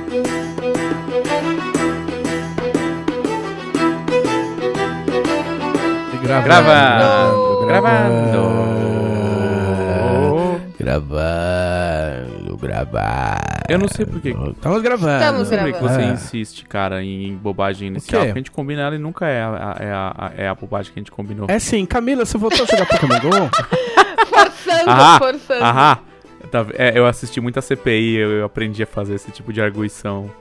Gravando. Eu não sei por que. Estamos gravando. Eu não sei por que você insiste, cara, em bobagem inicial. Porque a gente combina ela e nunca é a bobagem que a gente combinou. É sim, Camila, você voltou a jogar Pokémon GO? Forçando. Eu assisti muita CPI, eu aprendi a fazer esse tipo de arguição.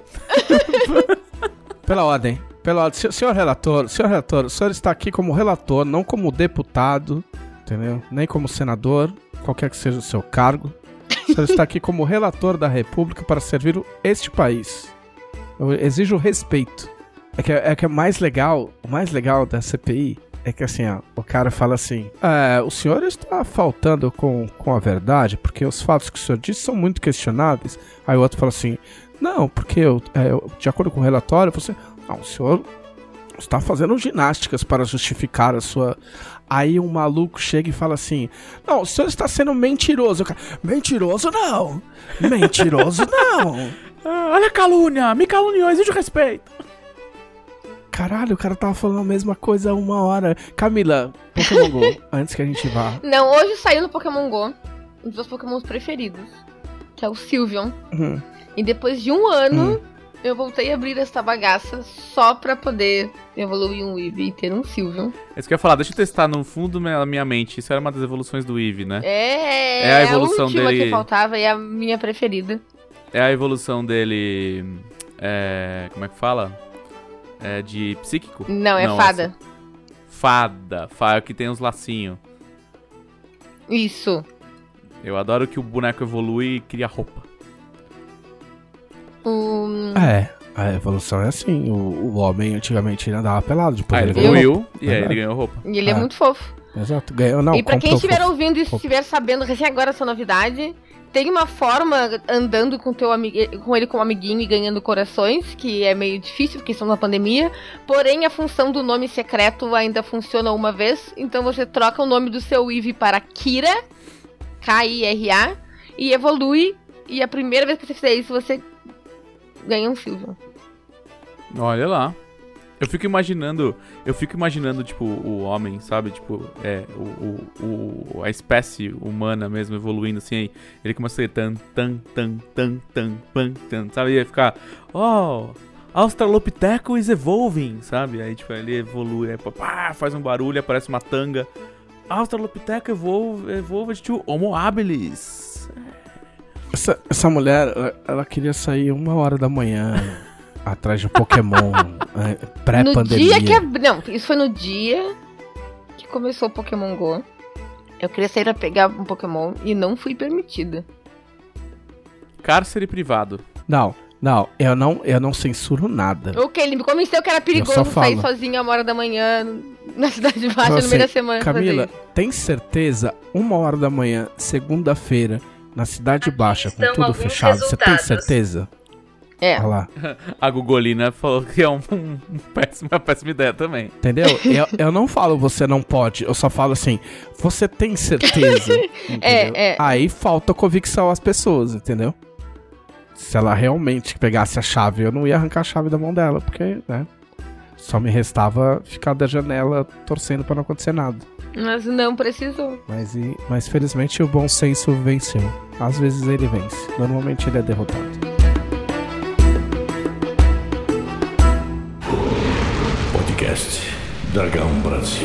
Pela ordem. Senhor relator, o senhor está aqui como relator, não como deputado, entendeu? Nem como senador, qualquer que seja o seu cargo. O senhor está aqui como relator da República para servir este país. Eu exijo respeito. É que o mais legal da CPI é que assim, ó, o cara fala assim, o senhor está faltando com a verdade, porque os fatos que o senhor disse são muito questionáveis. Aí o outro fala assim, não, porque de acordo com o relatório, você... Não, o senhor está fazendo ginásticas para justificar a sua... Aí um maluco chega e fala assim, não, o senhor está sendo mentiroso. Mentiroso não! Mentiroso não! Olha a calúnia! Me caluniou, exige respeito! Caralho, o cara tava falando a mesma coisa há 1 hora. Camila, Pokémon GO, antes que a gente vá. Não, hoje saiu no Pokémon GO um dos meus Pokémons preferidos, que é o Sylveon. E depois de 1 ano... Eu voltei a abrir essa bagaça só pra poder evoluir um Eevee e ter um Sylveon. É isso que eu ia falar, deixa eu testar no fundo da minha mente. Isso era uma das evoluções do Eevee, né? É a evolução a última dele... que faltava e a minha preferida. É a evolução dele... como é que fala? É de psíquico? Não, é fada. Fada, que tem uns lacinhos. Isso. Eu adoro que o boneco evolui e cria roupa. A evolução é assim. O homem antigamente ele andava pelado, depois ele evoluiu e aí ele ganhou roupa. E ele é muito fofo. Exato, ganhou, não. E pra quem estiver ouvindo e estiver sabendo recém agora essa novidade, tem uma forma andando com ele como amiguinho e ganhando corações, que é meio difícil porque estamos na pandemia, porém a função do nome secreto ainda funciona uma vez, então você troca o nome do seu Eevee para Kira, K-I-R-A, e evolui, e a primeira vez que você fizer isso, você ganha um Sylveon. Olha lá. Eu fico imaginando, tipo, o homem, sabe? Tipo, a espécie humana mesmo evoluindo assim, aí ele começa a ser tan, sabe? E ia ficar, Australopithecus is evolving, sabe? Aí, tipo, ele evolui, aí, faz um barulho, aparece uma tanga. Australopithecus evolve to Homo habilis. Essa mulher, ela queria sair 1h da manhã atrás de um Pokémon pré-pandemia. Não, isso foi no dia que começou o Pokémon GO. Eu queria sair pra pegar um Pokémon e não fui permitida. Cárcere privado. Não, eu não censuro nada. Ok, ele me convenceu que era perigoso sair sozinho 1h da manhã na Cidade Baixa no meio da semana. Camila, tem certeza? 1h da manhã, segunda-feira, na Cidade Baixa, com tudo fechado, você tem certeza? É. Olha lá. A Gugolina falou que é uma péssima ideia também. Entendeu? Eu não falo você não pode, eu só falo assim, você tem certeza? Aí falta convicção às pessoas, entendeu? Se ela realmente pegasse a chave, eu não ia arrancar a chave da mão dela, porque, né, só me restava ficar da janela torcendo pra não acontecer nada. Mas não precisou. Mas felizmente o bom senso venceu. Às vezes ele vence, normalmente ele é derrotado. Podcast Dragão Brasil.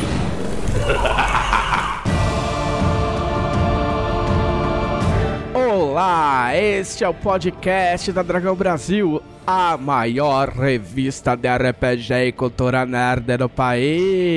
Olá, este é o podcast da Dragão Brasil, a maior revista de RPG e cultura nerd do país.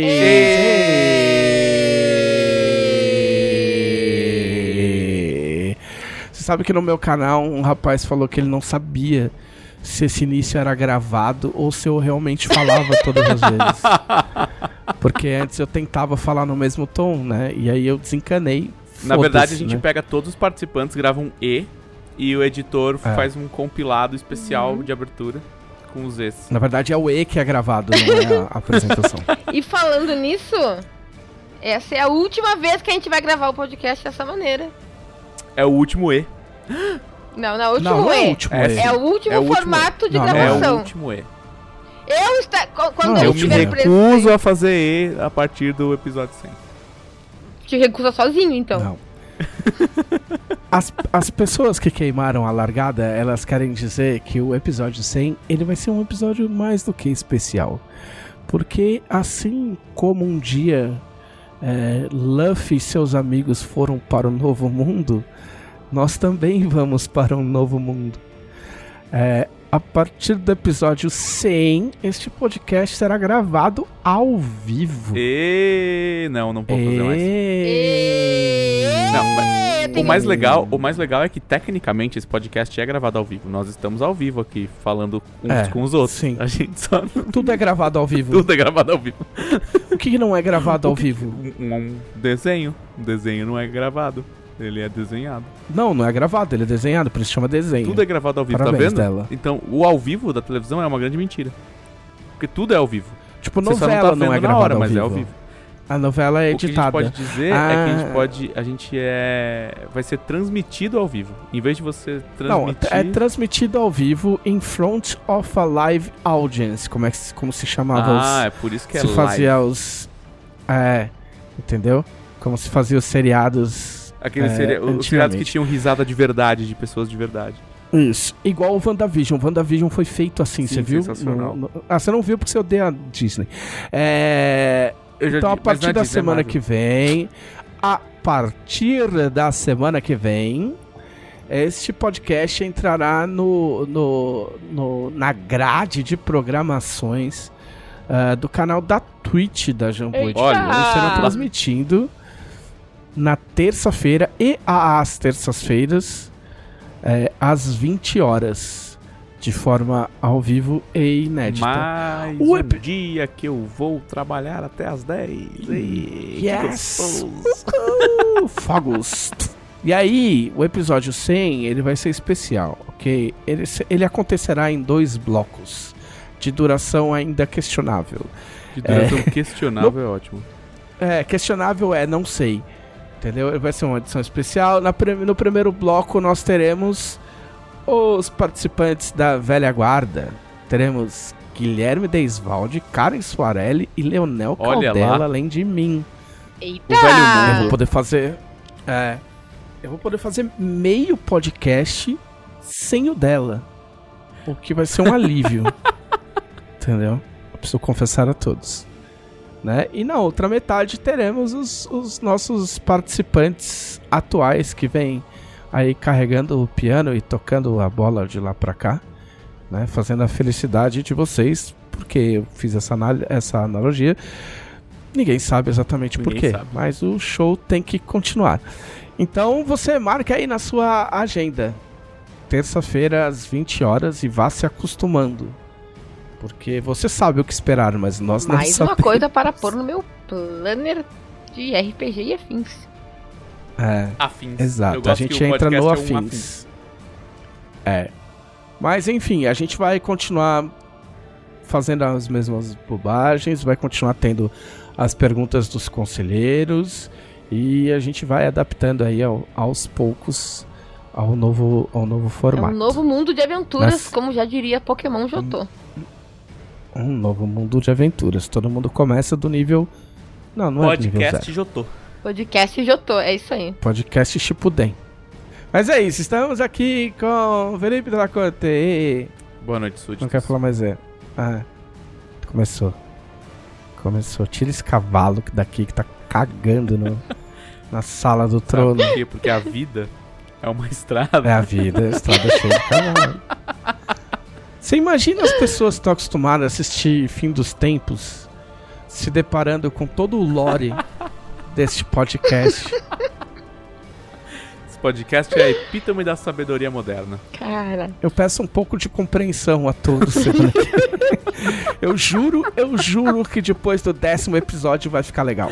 Você sabe que no meu canal um rapaz falou que ele não sabia se esse início era gravado ou se eu realmente falava todas as vezes. Porque antes eu tentava falar no mesmo tom, né? E aí eu desencanei. Na verdade, a gente pega todos os participantes, grava um e o editor faz um compilado especial de abertura com os E's. Na verdade, é o E que é gravado, não é a apresentação. E falando nisso, essa é a última vez que a gente vai gravar o podcast dessa maneira. É o último E. Não, o último Não é E. o último E. É o último formato de Não, É gravação. o último E. Quando Não, eu Eu me estiver recuso presente, a fazer E a partir do episódio 100. te recusa sozinho, então. Não. As pessoas que queimaram a largada, elas querem dizer que o episódio 100, ele vai ser um episódio mais do que especial. Porque assim como um dia Luffy e seus amigos foram para o Novo Mundo, nós também vamos para um novo mundo. A partir do episódio 100, este podcast será gravado ao vivo. Não vou fazer mais. Não, Tem- o mais legal é que tecnicamente esse podcast é gravado ao vivo. Nós estamos ao vivo aqui, falando uns com os outros. sim. A gente só Tudo é gravado ao vivo. tudo é gravado ao vivo. O que não é gravado ao vivo? Um desenho. Um desenho não é gravado. Ele é desenhado. Não é gravado, ele é desenhado, por isso chama desenho. Tudo é gravado ao vivo, Parabéns tá vendo? dela. Então, o ao vivo da televisão é uma grande mentira. Porque tudo é ao vivo. Tipo, Você só novela não tá não é vendo na gravada hora, ao mas vivo. é ao vivo. A novela é O que a editada. gente pode dizer é que a gente vai ser transmitido ao vivo. Em vez de você transmitir... Não, é transmitido ao vivo em front of a live audience, como se chamava é por isso que é se live. fazia os... entendeu? Como se fazia os seriados... Aqueles os seriados que antigamente. tinham risada de verdade, de pessoas de verdade. Isso. Igual o WandaVision. O WandaVision foi feito assim, Sim, você viu? sensacional. Você não viu porque você odeia a Disney. Então, a partir da semana que vem... este podcast entrará na grade de programações do canal da Twitch da Jambu. Eita! Olha, Eles serão transmitindo na terça-feira e às terças-feiras às 20 horas, de forma ao vivo e inédita. Mais O um dia que eu vou trabalhar até às 10. Ei, Yes! que gostoso. Fogos! E aí, o episódio 100, ele vai ser especial, ok? Ele acontecerá em 2 blocos, de duração ainda questionável. De duração questionável é ótimo. Questionável não sei. Entendeu? Vai ser uma edição especial. No primeiro bloco nós teremos os participantes da velha guarda. Teremos Guilherme Deisvalde, Karen Soarelli e Leonel Olha Caldela, lá. além de mim. Eita! O velho mundo. Eu vou poder fazer... eu vou poder fazer meio podcast sem o dela. O que vai ser um alívio. Entendeu? Eu preciso confessar a todos. Né? E na outra metade teremos os nossos participantes atuais que vêm aí carregando o piano e tocando a bola de lá pra cá, né? Fazendo a felicidade de vocês, porque eu fiz essa analogia. Ninguém sabe exatamente por quê, mas o show tem que continuar. Então você marca aí na sua agenda, terça-feira às 20 horas, e vá se acostumando. Porque você sabe o que esperar, mas nós não Mais sabemos. uma coisa para pôr no meu planner de RPG e afins. Afins. Exato, a gente entra no afins. Mas enfim, a gente vai continuar fazendo as mesmas bobagens, vai continuar tendo as perguntas dos conselheiros, e a gente vai adaptando aí aos poucos ao novo formato. É um novo mundo de aventuras, como já diria Pokémon Jotô. Um novo mundo de aventuras. Todo mundo começa do nível... Não é do nível 0. Podcast Jotô. Podcast Jotô, é isso aí. Podcast Shippuden. Mas é isso, estamos aqui com Felipe Delacorte. Boa noite, súditos. Não quer falar mais Começou. Tira esse cavalo daqui que tá cagando na sala do trono. Sabe por quê? Porque a vida é uma estrada. É a vida, a estrada cheia de cavalo. Você imagina as pessoas que estão acostumadas a assistir Fim dos Tempos se deparando com todo o lore deste podcast. Esse podcast é a epítome da sabedoria moderna. Cara. Eu peço um pouco de compreensão a todos. Semana que vem. Eu juro que depois do 10º episódio vai ficar legal.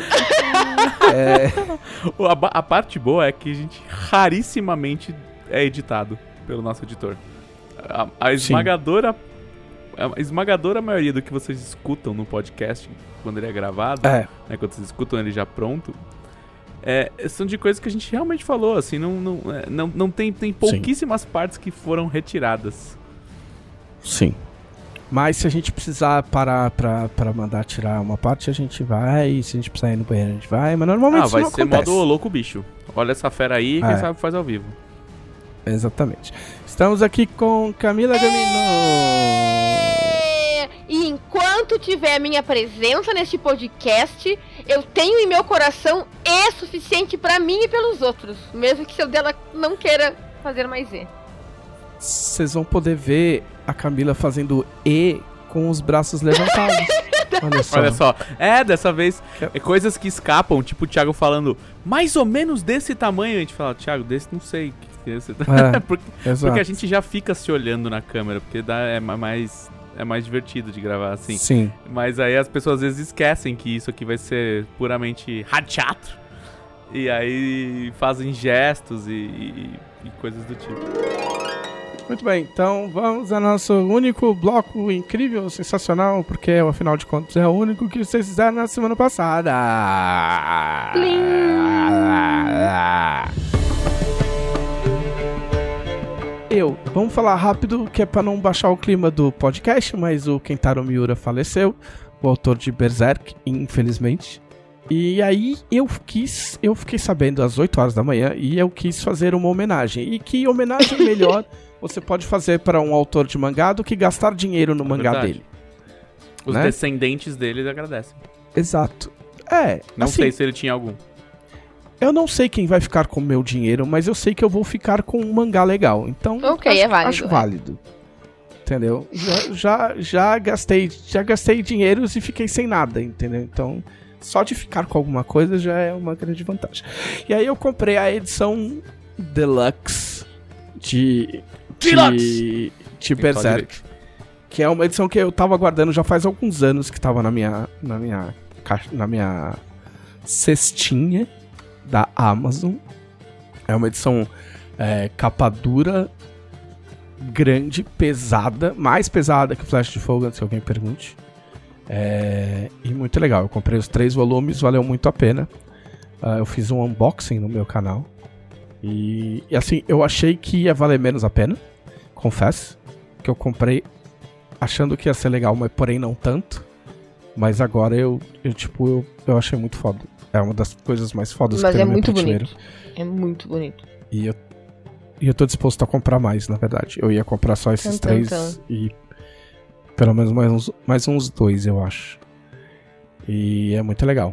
A parte boa é que a gente rarissimamente é editado pelo nosso editor. A esmagadora maioria do que vocês escutam no podcast quando ele é gravado, né, quando vocês escutam ele já pronto, são de coisas que a gente realmente falou, assim, não tem pouquíssimas partes que foram retiradas. Sim. Mas se a gente precisar parar pra mandar tirar uma parte, a gente vai. Se a gente precisar ir no banheiro, a gente vai. Mas normalmente isso não acontece. Vai ser modo louco bicho. Olha essa fera aí, quem sabe faz ao vivo. Exatamente. Estamos aqui com Camila Gamino. E enquanto tiver a minha presença neste podcast, eu tenho em meu coração E suficiente pra mim e pelos outros. Mesmo que seu dela não queira fazer mais E. Vocês vão poder ver a Camila fazendo E com os braços levantados. Olha só. Dessa vez, coisas que escapam, tipo o Thiago falando mais ou menos desse tamanho. A gente fala, Thiago, desse não sei. Porque a gente já fica se olhando na câmera, porque é mais divertido de gravar assim. Sim. Mas aí as pessoas às vezes esquecem que isso aqui vai ser puramente teatro. E aí fazem gestos e coisas do tipo. Muito bem, então vamos ao nosso único bloco incrível, sensacional, porque afinal de contas é o único que vocês fizeram na semana passada. Vamos falar rápido, que é pra não baixar o clima do podcast, mas o Kentaro Miura faleceu, o autor de Berserk, infelizmente. E aí eu fiquei sabendo às 8 horas da manhã e eu quis fazer uma homenagem. E que homenagem melhor você pode fazer para um autor de mangá do que gastar dinheiro no mangá dele. Os descendentes dele agradecem. Exato. Não sei se ele tinha algum. Eu não sei quem vai ficar com o meu dinheiro, mas eu sei que eu vou ficar com um mangá legal. Então, acho válido. Entendeu? Já gastei dinheiros e fiquei sem nada, entendeu? Então, só de ficar com alguma coisa já é uma grande vantagem. E aí eu comprei a edição Deluxe de Berserk, que é uma edição que eu tava aguardando já faz alguns anos, que tava na minha cestinha da Amazon. É uma edição capa dura, grande, pesada, mais pesada que o Flash de Fogo, antes que alguém pergunte. E muito legal. Eu comprei os 3 volumes, valeu muito a pena. Eu fiz um unboxing no meu canal. E assim, eu achei que ia valer menos a pena, confesso. Que eu comprei achando que ia ser legal, mas porém não tanto. Mas agora eu achei muito foda. É uma das coisas mais fodas que tem no meu prateleiro. É muito bonito. E eu tô disposto a comprar mais, na verdade. Eu ia comprar só esses 3 e pelo menos mais uns 2, eu acho. E é muito legal.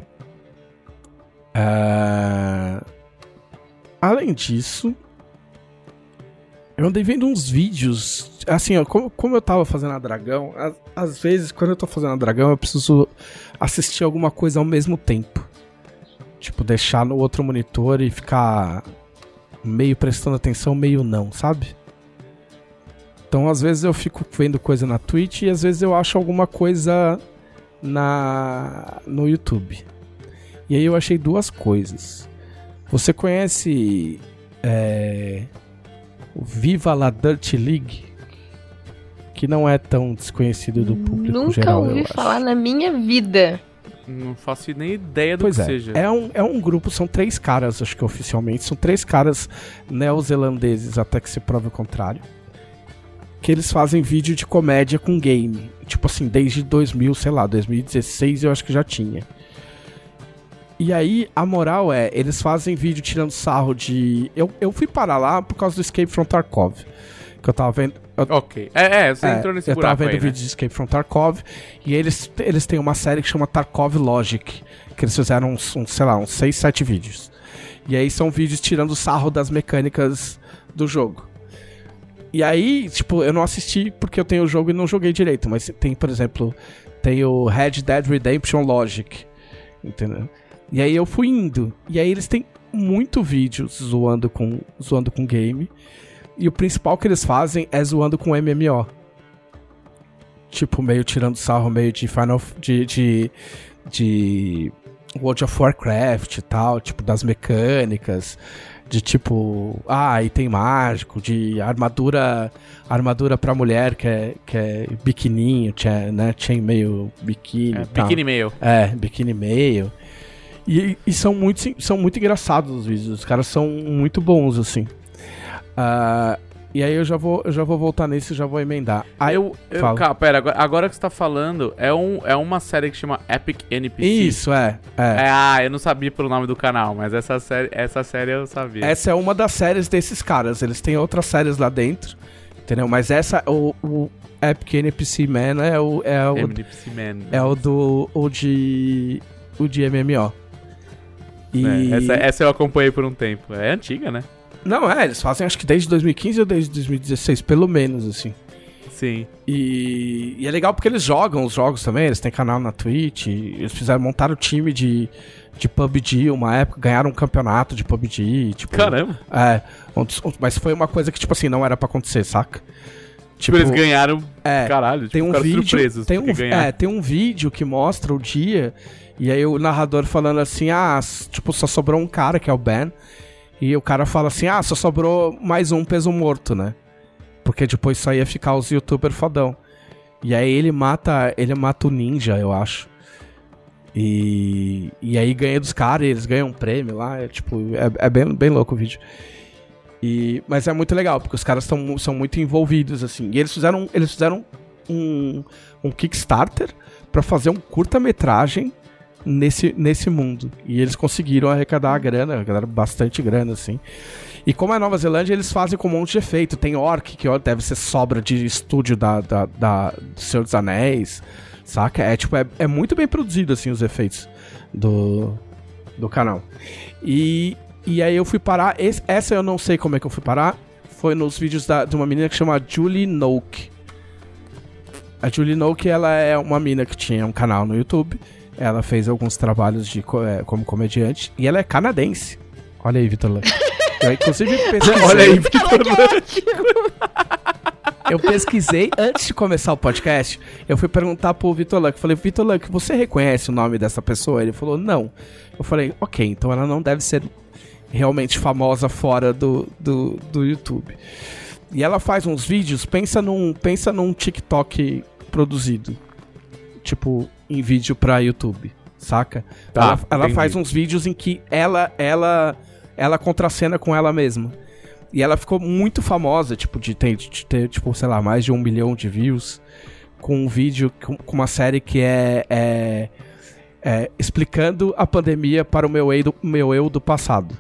Além disso, eu andei vendo uns vídeos. Assim, ó, como eu tava fazendo a Dragão, às vezes, quando eu tô fazendo a Dragão, eu preciso assistir alguma coisa ao mesmo tempo. Tipo, deixar no outro monitor e ficar meio prestando atenção, meio não, sabe? Então, às vezes eu fico vendo coisa na Twitch e às vezes eu acho alguma coisa no YouTube. E aí eu achei 2 coisas. Você conhece o Viva la Dirt League? Que não é tão desconhecido do público geral, Nunca ouvi falar na minha vida. Não faço nem ideia do que seja. É um grupo, são 3 caras, acho que oficialmente. São 3 caras neozelandeses, até que se prove o contrário. Que eles fazem vídeo de comédia com game. Tipo assim, desde 2016 eu acho que já tinha. E aí, a moral eles fazem vídeo tirando sarro de... Eu fui parar lá por causa do Escape from Tarkov. Que eu tava vendo... Ok. Você entrou nesse buraco aí, eu tava vendo vídeo de Escape from Tarkov. E eles têm uma série que chama Tarkov Logic. Que eles fizeram uns 6, 7 vídeos. E aí são vídeos tirando sarro das mecânicas do jogo. E aí, tipo, eu não assisti porque eu tenho o jogo e não joguei direito. Mas tem, por exemplo, tem o Red Dead Redemption Logic. Entendeu? E aí eu fui indo. E aí eles têm muito vídeo zoando com game. E o principal que eles fazem é zoando com MMO. Tipo, meio tirando sarro, meio de de World of Warcraft e tal. Tipo, das mecânicas. De tipo, item mágico. De armadura pra mulher que é biquininho, né? Chain meio biquíni. Biquíni meio. Biquíni meio. E são muito engraçados os vídeos. Os caras são muito bons, assim. E aí eu já vou voltar nisso e já vou emendar. Aí Cara, pera, agora que você tá falando, é uma série que chama Epic NPC. Isso, eu não sabia pelo nome do canal, mas essa série eu sabia. Essa é uma das séries desses caras. Eles têm outras séries lá dentro, entendeu? Mas o Epic NPC Man NPC Man. É o de MMO. Essa eu acompanhei por um tempo. É antiga, né? Não, eles fazem acho que desde 2015 ou desde 2016, pelo menos, assim. Sim. E é legal porque eles jogam os jogos também, eles têm canal na Twitch, eles montaram o time de PUBG uma época, ganharam um campeonato de PUBG, tipo... Caramba! Mas foi uma coisa que, tipo assim, não era pra acontecer, saca? Tipo, eles ganharam, caralho, tem um vídeo, surpresos. Tem um vídeo que mostra o dia, e aí o narrador falando assim, tipo, só sobrou um cara, que é o Ben, e o cara fala assim, só sobrou mais um peso morto, né? Porque depois só ia ficar os youtubers fodão. E aí ele mata o ninja, eu acho. E aí ganha dos caras, eles ganham um prêmio lá, é bem louco o vídeo. Mas é muito legal, porque os caras são muito envolvidos, assim. E eles fizeram um Kickstarter pra fazer um curta-metragem nesse mundo. E eles conseguiram arrecadaram bastante grana, assim. E como é Nova Zelândia, eles fazem com um monte de efeito. Tem orc, que deve ser sobra de estúdio do Senhor dos Anéis, saca? É muito bem produzido, assim, os efeitos do canal. E aí eu fui parar, essa eu não sei como é que eu fui parar, foi nos vídeos de uma menina que chama Julie Noke. A Julie Noke, ela é uma mina que tinha um canal no YouTube. Ela fez alguns trabalhos como comediante. E ela é canadense. Olha aí, Vitor Luck. Eu, inclusive, pesquisei... Olha aí, Vitor Luck. Eu pesquisei antes de começar o podcast. Eu fui perguntar pro Vitor Luck. Falei, Vitor Luck, você reconhece o nome dessa pessoa? Ele falou, não. Eu falei, ok, então ela não deve ser realmente famosa fora do YouTube. E ela faz uns vídeos, pensa num TikTok produzido. Tipo, em vídeo pra YouTube, saca? Tá, ela faz uns vídeos em que ela contracena com ela mesma. E ela ficou muito famosa, tipo, de ter tipo, sei lá, mais de 1 milhão de views com um vídeo, com uma série que é explicando a pandemia para o meu eu do passado.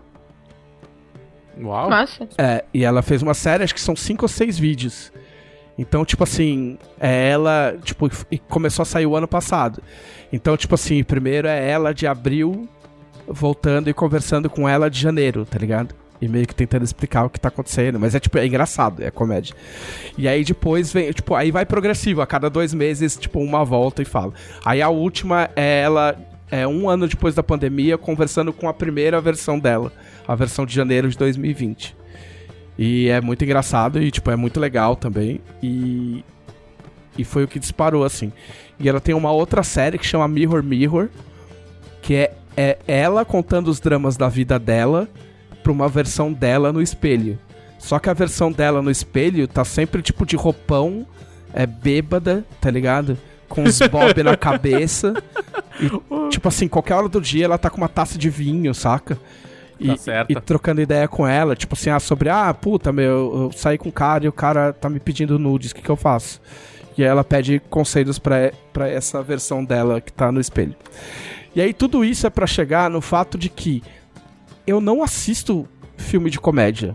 Uau! Massa. E ela fez uma série, acho que são 5 ou 6 vídeos. Então, tipo assim, ela, tipo, começou a sair o ano passado. Então, tipo assim, primeiro é ela de abril, voltando e conversando com ela de janeiro, tá ligado? E meio que tentando explicar o que tá acontecendo. Mas é engraçado, é comédia. E aí depois vem, tipo, aí vai progressivo. A cada 2 meses, tipo, uma volta e fala. Aí a última é ela, 1 ano depois da pandemia, conversando com a primeira versão dela. A versão de janeiro de 2020. E é muito engraçado e, tipo, é muito legal também. E foi o que disparou, assim. E ela tem uma outra série que chama Mirror Mirror, que é ela contando os dramas da vida dela pra uma versão dela no espelho. Só que a versão dela no espelho tá sempre, tipo, de roupão, bêbada, tá ligado? Com os bob na cabeça. E, tipo assim, qualquer hora do dia ela tá com uma taça de vinho, saca? E trocando ideia com ela, tipo assim, sobre, puta, eu saí com o cara e o cara tá me pedindo nudes, o que eu faço? E aí ela pede conselhos pra essa versão dela que tá no espelho. E aí tudo isso é pra chegar no fato de que eu não assisto filme de comédia.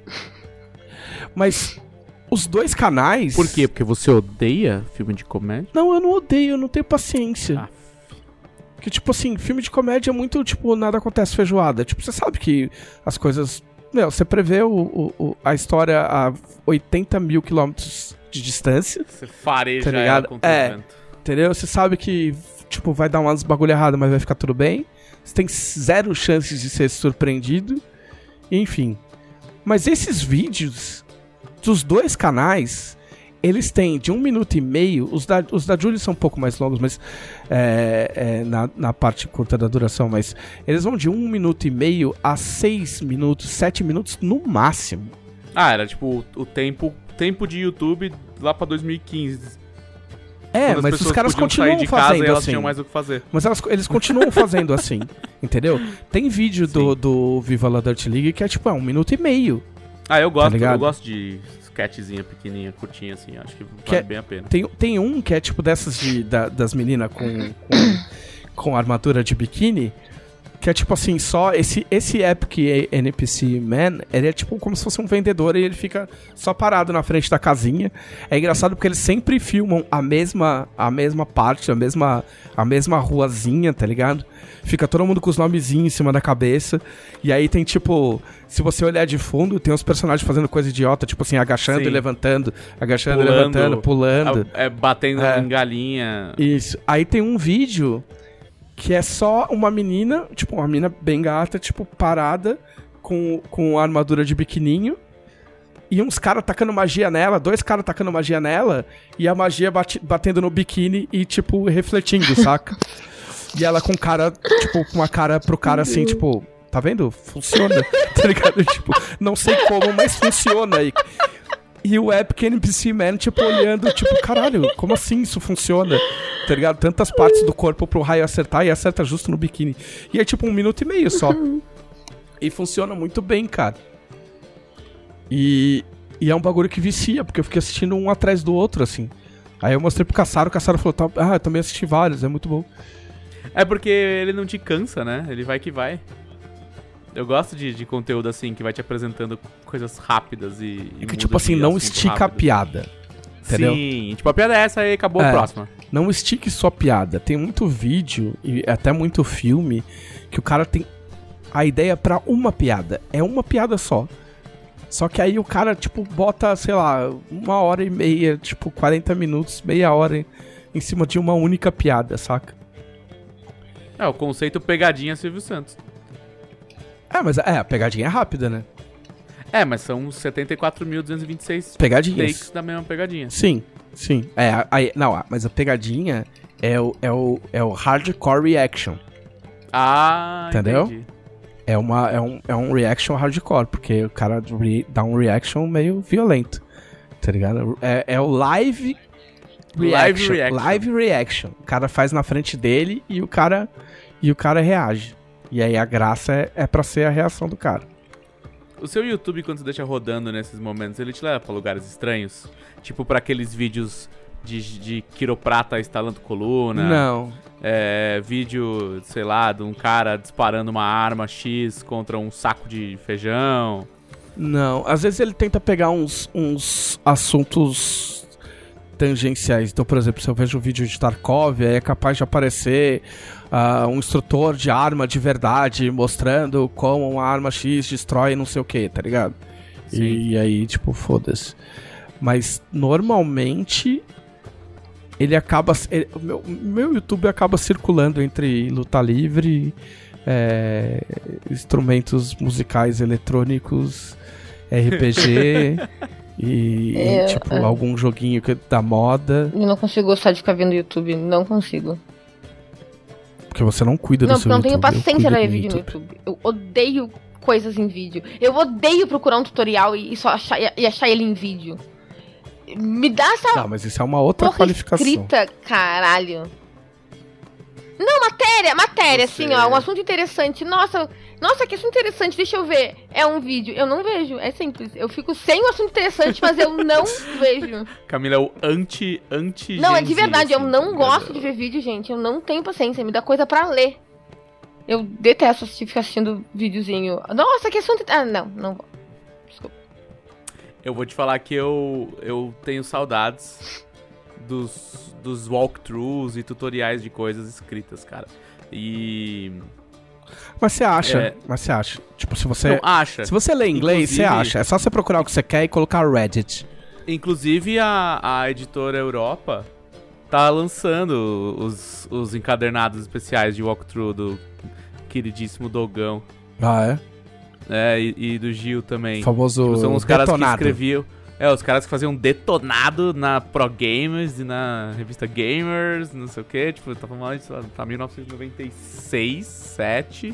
Mas os 2 canais... Por quê? Porque você odeia filme de comédia? Não, eu não odeio, eu não tenho paciência. Porque, tipo assim, filme de comédia é muito, tipo, nada acontece feijoada. Tipo, você sabe que as coisas... você prevê a história a 80 mil quilômetros de distância. Você fareja, tá ligado? Entendeu? Você sabe que, tipo, vai dar umas bagulho errado, mas vai ficar tudo bem. Você tem 0 chances de ser surpreendido. Enfim. Mas esses vídeos dos 2 canais... Eles têm de 1 minuto e meio, os da Julie são um pouco mais longos, mas na parte curta da duração, mas eles vão de 1 minuto e meio a 6 minutos, 7 minutos no máximo. Era tipo o tempo de YouTube lá pra 2015. Quando as mas os pessoas caras podiam sair continuam de casa fazendo e elas assim. tinham mais o que fazer. Mas eles continuam fazendo assim, entendeu? Tem vídeo do Viva la Dirt League que é tipo 1 minuto e meio. Ah, eu gosto, ligado? eu gosto de sketchzinha pequenininha, curtinha assim, acho que vale bem a pena. Tem um que é tipo dessas das meninas com armadura de biquíni, que é tipo assim, só esse Epic NPC Man, ele é tipo como se fosse um vendedor e ele fica só parado na frente da casinha. É engraçado porque eles sempre filmam a mesma parte, a mesma ruazinha, tá ligado? Fica todo mundo com os nomezinhos em cima da cabeça. E aí tem tipo, se você olhar de fundo, tem uns personagens fazendo coisa idiota, tipo assim, agachando Sim. e levantando, agachando e levantando, pulando. Batendo em galinha. Isso. Aí tem um vídeo que é só uma menina, tipo, uma menina bem gata, tipo, parada, com a armadura de biquininho, e uns caras tacando magia nela, 2 caras tacando magia nela, e a magia batendo no biquíni e, tipo, refletindo, saca? E ela com cara, tipo, com uma cara pro cara assim, tipo, tá vendo? Funciona, tá ligado? Tipo, não sei como, mas funciona aí. E o Epic NPC Man, tipo, olhando, tipo, caralho, como assim isso funciona? Tá ligado? Tantas partes do corpo pro raio acertar e acerta justo no biquíni. E é tipo 1 minuto e meio só. E funciona muito bem, cara. E é um bagulho que vicia, porque eu fiquei assistindo um atrás do outro, assim. Aí eu mostrei pro Cassaro, o Cassaro falou, eu também assisti vários, é muito bom. É porque ele não te cansa, né? Ele vai que vai. Eu gosto de conteúdo assim, que vai te apresentando coisas rápidas e que tipo assim, não estica a piada. Entendeu? Sim, tipo, a piada é essa aí, acabou a próxima. Não estique só piada. Tem muito vídeo e até muito filme que o cara tem a ideia pra uma piada. É uma piada só. Só que aí o cara, tipo, bota, sei lá, 1h30, tipo, 40 minutos, meia hora em cima de uma única piada, saca? É, o conceito pegadinha Silvio Santos. Mas a pegadinha é rápida, né? É, mas são 74.226 pegadinhas. takes da mesma pegadinha. Sim. Mas a pegadinha é o hardcore reaction. Ah, entendeu? Entendi. É um reaction hardcore, porque o cara dá um reaction meio violento, tá ligado? É o live reaction. O cara faz na frente dele e o cara reage. E aí a graça é pra ser a reação do cara. O seu YouTube, quando você deixa rodando nesses momentos, ele te leva pra lugares estranhos? Tipo pra aqueles vídeos de quiroprata instalando coluna? Não. Vídeo, sei lá, de um cara disparando uma arma X contra um saco de feijão? Não. Às vezes ele tenta pegar uns assuntos tangenciais. Então, por exemplo, se eu vejo um vídeo de Tarkov, aí é capaz de aparecer um instrutor de arma de verdade mostrando como uma arma X destrói não sei o que, tá ligado? E aí, tipo, foda-se. Mas, normalmente, ele acaba... meu YouTube acaba circulando entre luta livre, instrumentos musicais eletrônicos, RPG... algum joguinho da moda. Eu não consigo gostar de ficar vendo YouTube, não consigo. Porque você não cuida do seu YouTube. Não, YouTube. tenho paciência pra ver vídeo no YouTube. Eu odeio coisas em vídeo. Eu odeio procurar um tutorial e só achar ele em vídeo. Me dá essa... Não, mas isso é uma outra qualificação. Escrita, caralho. Não, matéria, assim, ó, um assunto interessante. Nossa, que assunto interessante, deixa eu ver. É um vídeo, eu não vejo, é simples. Eu fico sem o assunto interessante, mas eu não vejo. Camila é o anti Não, é de verdade, assim, eu não gosto de ver vídeo, gente. Eu não tenho paciência, me dá coisa pra ler. Eu detesto ficar assistindo videozinho. Nossa, que assunto... não vou. Desculpa. Eu vou te falar que eu tenho saudades dos walkthroughs e tutoriais de coisas escritas, cara. Mas você acha, Tipo, se você... Não, acha. Se você lê inglês, você acha. É só você procurar o que você quer e colocar Reddit. Inclusive, a editora Europa tá lançando os encadernados especiais de walkthrough do queridíssimo Dogão. Ah, é? E do Gil também. O famoso tipo, são os caras detonado. que escreviam... os caras que faziam detonado na Pro Gamers e na revista Gamers, não sei o que, tipo, tá falando de 1996, 7.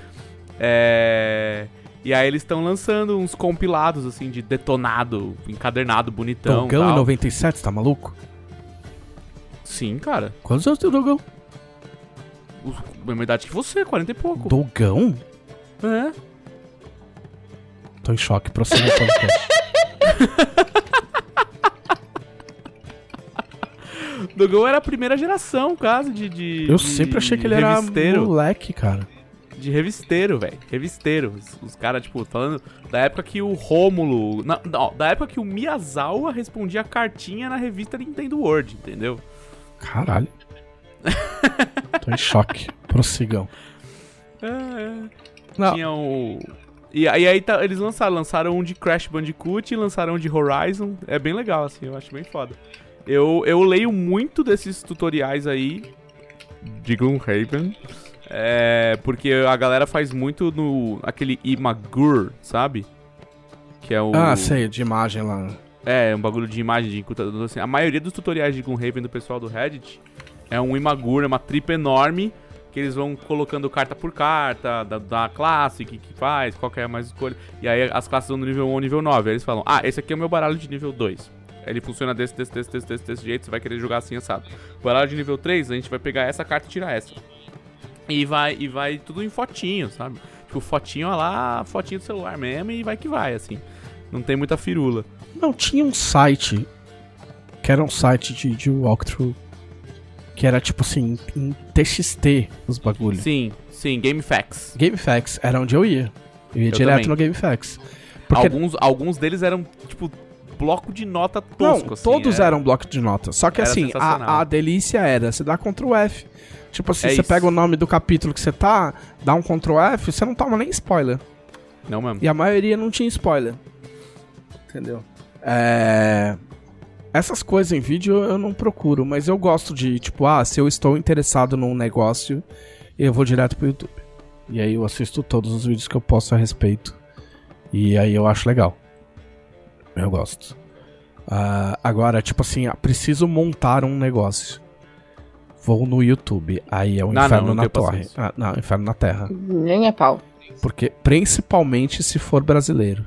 E aí eles estão lançando uns compilados, assim, de detonado, encadernado, bonitão. Dogão em 97, tá maluco? Sim, cara. Quantos anos tem o Dogão? Mesma idade que você, 40 e pouco. Dogão? É. Tô em choque, próximo podcast. Dogão era a primeira geração, quase, de Eu sempre achei que ele era moleque, cara. De revisteiro, velho. Revisteiro. Os caras, tipo, falando da época que o Rômulo... Não, da época que o Miyazawa respondia cartinha na revista Nintendo World, entendeu? Caralho. Tô em choque. Prossigam. Não. Tinha o... E aí eles lançaram um de Crash Bandicoot e lançaram um de Horizon. É bem legal, assim, eu acho bem foda. Eu leio muito desses tutoriais aí de Gloomhaven. Porque a galera faz muito no aquele Imagur, sabe? Que é o... Ah, sei, de imagem lá. É, um bagulho de imagem, de computador, assim. A maioria dos tutoriais de Gloomhaven do pessoal do Reddit é um Imagur, é uma tripa enorme, que eles vão colocando carta por carta, da classe, que faz, qual que é a mais escolha. E aí as classes vão do nível 1 ao nível 9. Aí eles falam, esse aqui é o meu baralho de nível 2. Ele funciona desse jeito, você vai querer jogar assim, assado. Baralho de nível 3, a gente vai pegar essa carta e tirar essa. E vai tudo em fotinho, sabe? Tipo, fotinho lá, fotinho do celular mesmo e vai que vai, assim. Não tem muita firula. Não, tinha um site, que era um site de walkthrough, que era tipo assim, em TXT os bagulhos. Sim, GameFAQs. GameFAQs, era onde eu ia. Eu ia direto também. no GameFAQs. Porque... Alguns deles eram, tipo, bloco de nota tosco, não, assim. Todos eram bloco de nota. Só que era assim, a delícia era, você dá Ctrl F. Tipo assim, você pega o nome do capítulo que você tá, dá um Ctrl F, você não toma nem spoiler. Não mesmo. E a maioria não tinha spoiler. Entendeu? Essas coisas em vídeo eu não procuro, mas eu gosto de, tipo, se eu estou interessado num negócio, eu vou direto pro YouTube. E aí eu assisto todos os vídeos que eu posso a respeito. E aí eu acho legal. Eu gosto. Agora, tipo assim, preciso montar um negócio. Vou no YouTube. Aí é o inferno na torre. Não, inferno na terra. Nem é pau. Porque, principalmente se for brasileiro.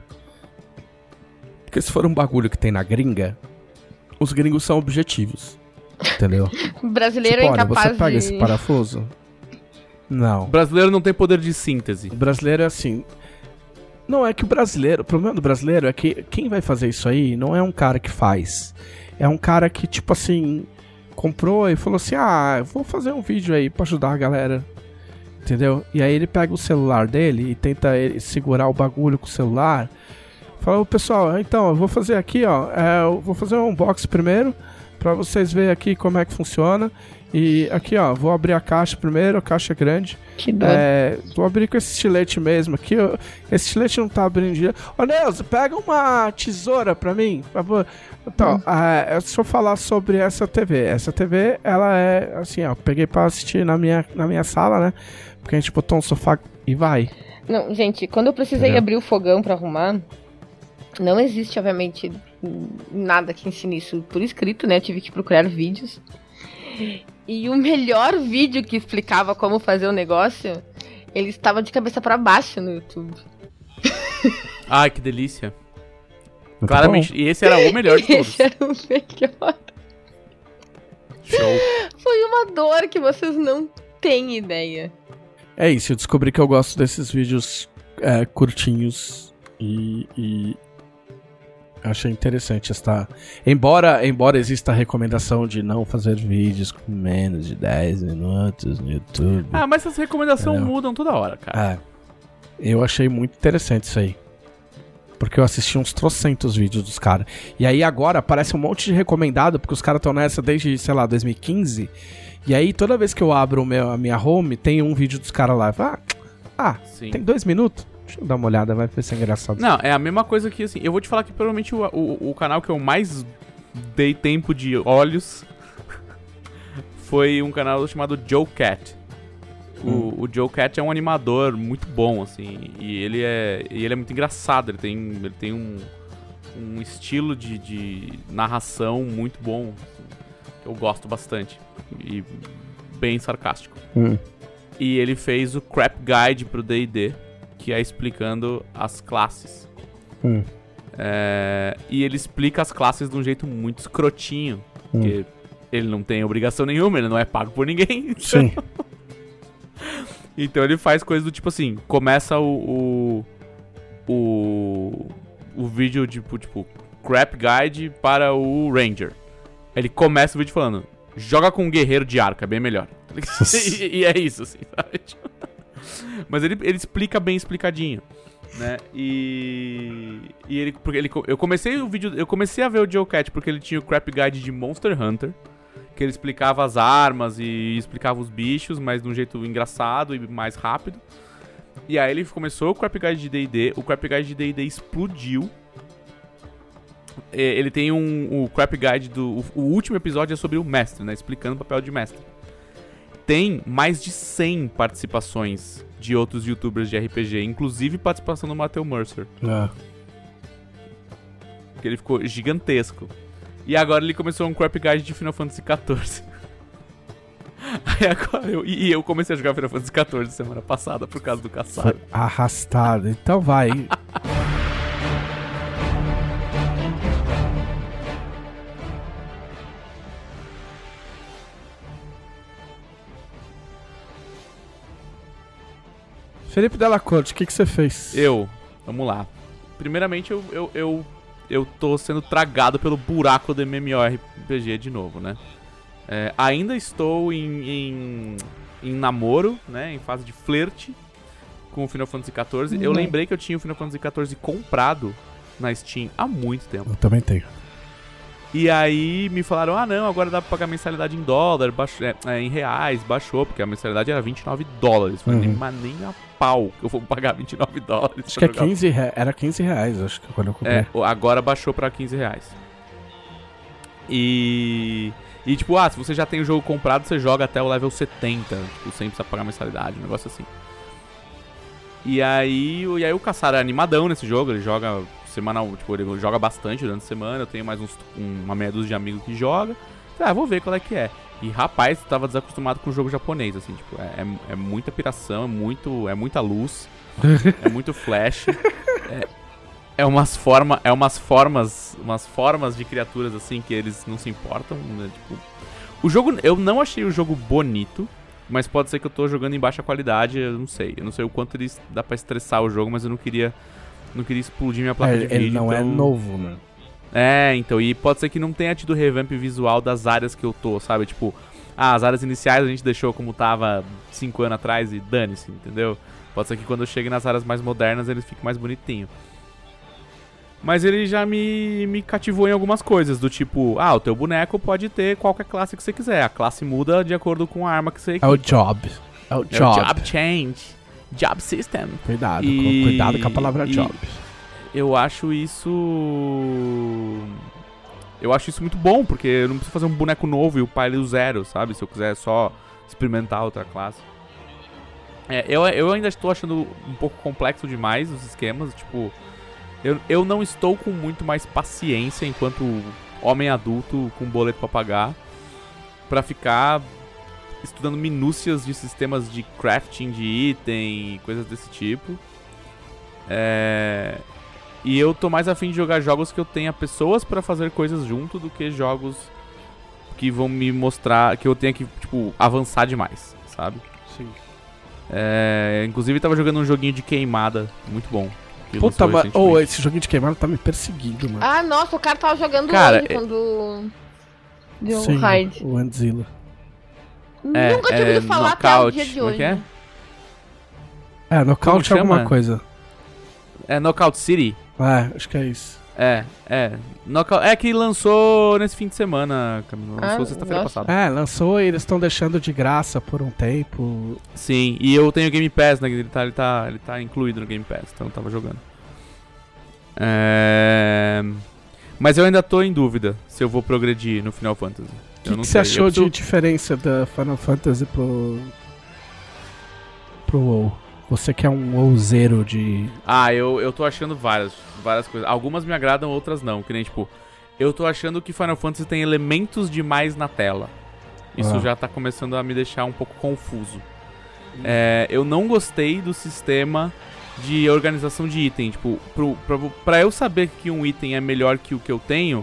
Porque se for um bagulho que tem na gringa, os gringos são objetivos. Entendeu? Brasileiro tipo, é incapaz olha, você pega esse parafuso? Não. O brasileiro não tem poder de síntese. O brasileiro é assim... Não, é que o problema do brasileiro é que quem vai fazer isso aí não é um cara que faz. É um cara que, tipo assim, comprou e falou assim, vou fazer um vídeo aí pra ajudar a galera. Entendeu? E aí ele pega o celular dele e tenta segurar o bagulho com o celular. Fala, pessoal, então, eu vou fazer aqui, eu vou fazer um unboxing primeiro, pra vocês verem aqui como é que funciona. E aqui, vou abrir a caixa primeiro, a caixa é grande. Que dó. Vou abrir com esse estilete mesmo aqui. Esse estilete não tá abrindo direito. Ô, Neuza, pega uma tesoura pra mim, por favor. Então, deixa eu falar sobre essa TV. Essa TV, ela é assim, peguei pra assistir na minha sala, né? Porque a gente botou um sofá e vai. Não, gente, quando eu precisei abrir o fogão pra arrumar, não existe, obviamente, nada que ensine isso por escrito, né? Eu tive que procurar vídeos. E o melhor vídeo que explicava como fazer o negócio, ele estava de cabeça pra baixo no YouTube. Ai, que delícia. Muito claramente, bom. E esse era o melhor de todos. Esse era o melhor. Show. Foi uma dor que vocês não têm ideia. É isso, eu descobri que eu gosto desses vídeos curtinhos e achei interessante esta... Embora exista a recomendação de não fazer vídeos com menos de 10 minutos no YouTube. Mas essas recomendações mudam toda hora, cara. Eu achei muito interessante isso aí. Porque eu assisti uns trocentos vídeos dos caras. E aí agora aparece um monte de recomendado, porque os caras estão nessa desde, sei lá, 2015. E aí toda vez que eu abro a minha home, tem um vídeo dos caras lá. Sim. Tem 2 minutos? Deixa eu dar uma olhada, vai ser engraçado. Não, é a mesma coisa que, assim, eu vou te falar que provavelmente o canal que eu mais dei tempo de olhos foi um canal chamado Joe Cat. O Joe Cat é um animador muito bom, assim, e ele é muito engraçado, ele tem um estilo de narração muito bom, assim, que eu gosto bastante, e bem sarcástico. E ele fez o Crap Guide pro D&D, que é explicando as classes. E ele explica as classes de um jeito muito escrotinho. Porque ele não tem obrigação nenhuma, ele não é pago por ninguém. Sim. Então ele faz coisas do tipo assim, começa o vídeo tipo Crap Guide para o Ranger. Ele começa o vídeo falando, joga com um guerreiro de arco, é bem melhor. E é isso, assim, sabe? Mas ele explica bem explicadinho, né? Eu comecei a ver o Geocat porque ele tinha o Crap Guide de Monster Hunter, que ele explicava as armas e explicava os bichos, mas de um jeito engraçado e mais rápido. E aí ele começou o Crap Guide de D&D, o Crap Guide de D&D explodiu. Ele tem o Crap Guide o último episódio é sobre o mestre, né? Explicando o papel de mestre. Tem mais de 100 participações de outros youtubers de RPG, inclusive participação do Matthew Mercer. Que ele ficou gigantesco. E agora ele começou um Crap Guide de Final Fantasy XIV. Aí agora eu comecei a jogar Final Fantasy XIV semana passada por causa do caçado. Foi arrastado, então vai. Felipe Della Corte, o que você fez? Vamos lá. Primeiramente, eu tô sendo tragado pelo buraco do MMORPG de novo, né? Ainda estou em namoro, né? Em fase de flerte com o Final Fantasy XIV. Eu lembrei que eu tinha o Final Fantasy XIV comprado na Steam há muito tempo. Eu também tenho. E aí me falaram, não, agora dá pra pagar mensalidade em dólar, em reais, baixou, porque a mensalidade era $29. Mas nem a pau que eu vou pagar $29. Acho que era R$15, acho que quando eu comprei. Agora baixou pra R$15. E tipo, se você já tem o jogo comprado, você joga até o level 70, tipo, sem precisar pagar mensalidade, um negócio assim. E aí o Caçara é animadão nesse jogo, ele joga semanal, tipo, ele joga bastante durante a semana, eu tenho mais uma meia dúzia de amigos que joga. Vou ver qual é que é. E rapaz, eu tava desacostumado com o jogo japonês, assim, tipo, é muita piração, é muita luz, é muito flash, umas formas de criaturas, assim, que eles não se importam, né, tipo... O jogo, eu não achei o jogo bonito, mas pode ser que eu tô jogando em baixa qualidade, eu não sei o quanto dá pra estressar o jogo, mas eu não queria explodir minha placa de vídeo. Ele não é novo, né? Então, e pode ser que não tenha tido revamp visual das áreas que eu tô, sabe? Tipo, as áreas iniciais a gente deixou como tava 5 anos atrás e dane-se, entendeu? Pode ser que quando eu chegue nas áreas mais modernas ele fique mais bonitinho. Mas ele já me cativou em algumas coisas, do tipo, o teu boneco pode ter qualquer classe que você quiser, a classe muda de acordo com a arma que você equipa. É o job change. Job system. Cuidado com a palavra job. Eu acho isso muito bom, porque eu não preciso fazer um boneco novo e upar ele do zero, sabe? Se eu quiser só experimentar outra classe. Eu ainda estou achando um pouco complexo demais os esquemas, tipo... Eu não estou com muito mais paciência enquanto homem adulto com boleto pra pagar pra ficar estudando minúcias de sistemas de crafting de item e coisas desse tipo. E eu tô mais afim de jogar jogos que eu tenha pessoas pra fazer coisas junto do que jogos que vão me mostrar que eu tenha que, tipo, avançar demais, sabe? Sim. Inclusive tava jogando um joguinho de queimada muito bom. Puta, mas esse joguinho de queimada tá me perseguindo, mano. Nossa, o cara tava jogando hoje quando deu um raid. O Andzilla. Nunca tinha ouvido falar até o dia de hoje. Knockout é alguma coisa. Knockout City? Acho que é isso. Knockout, que lançou nesse fim de semana, lançou sexta-feira passada. Lançou e eles estão deixando de graça por um tempo. Sim, e eu tenho Game Pass, né? Ele tá incluído no Game Pass, então eu tava jogando. Mas eu ainda tô em dúvida se eu vou progredir no Final Fantasy. O que você achou de diferença da Final Fantasy pro WoW? Você que é um WoWzeiro de... Eu tô achando várias coisas. Algumas me agradam, outras não. Que nem, tipo, eu tô achando que Final Fantasy tem elementos demais na tela. Isso já tá começando a me deixar um pouco confuso. Eu não gostei do sistema de organização de item. Tipo, pra eu saber que um item é melhor que o que eu tenho,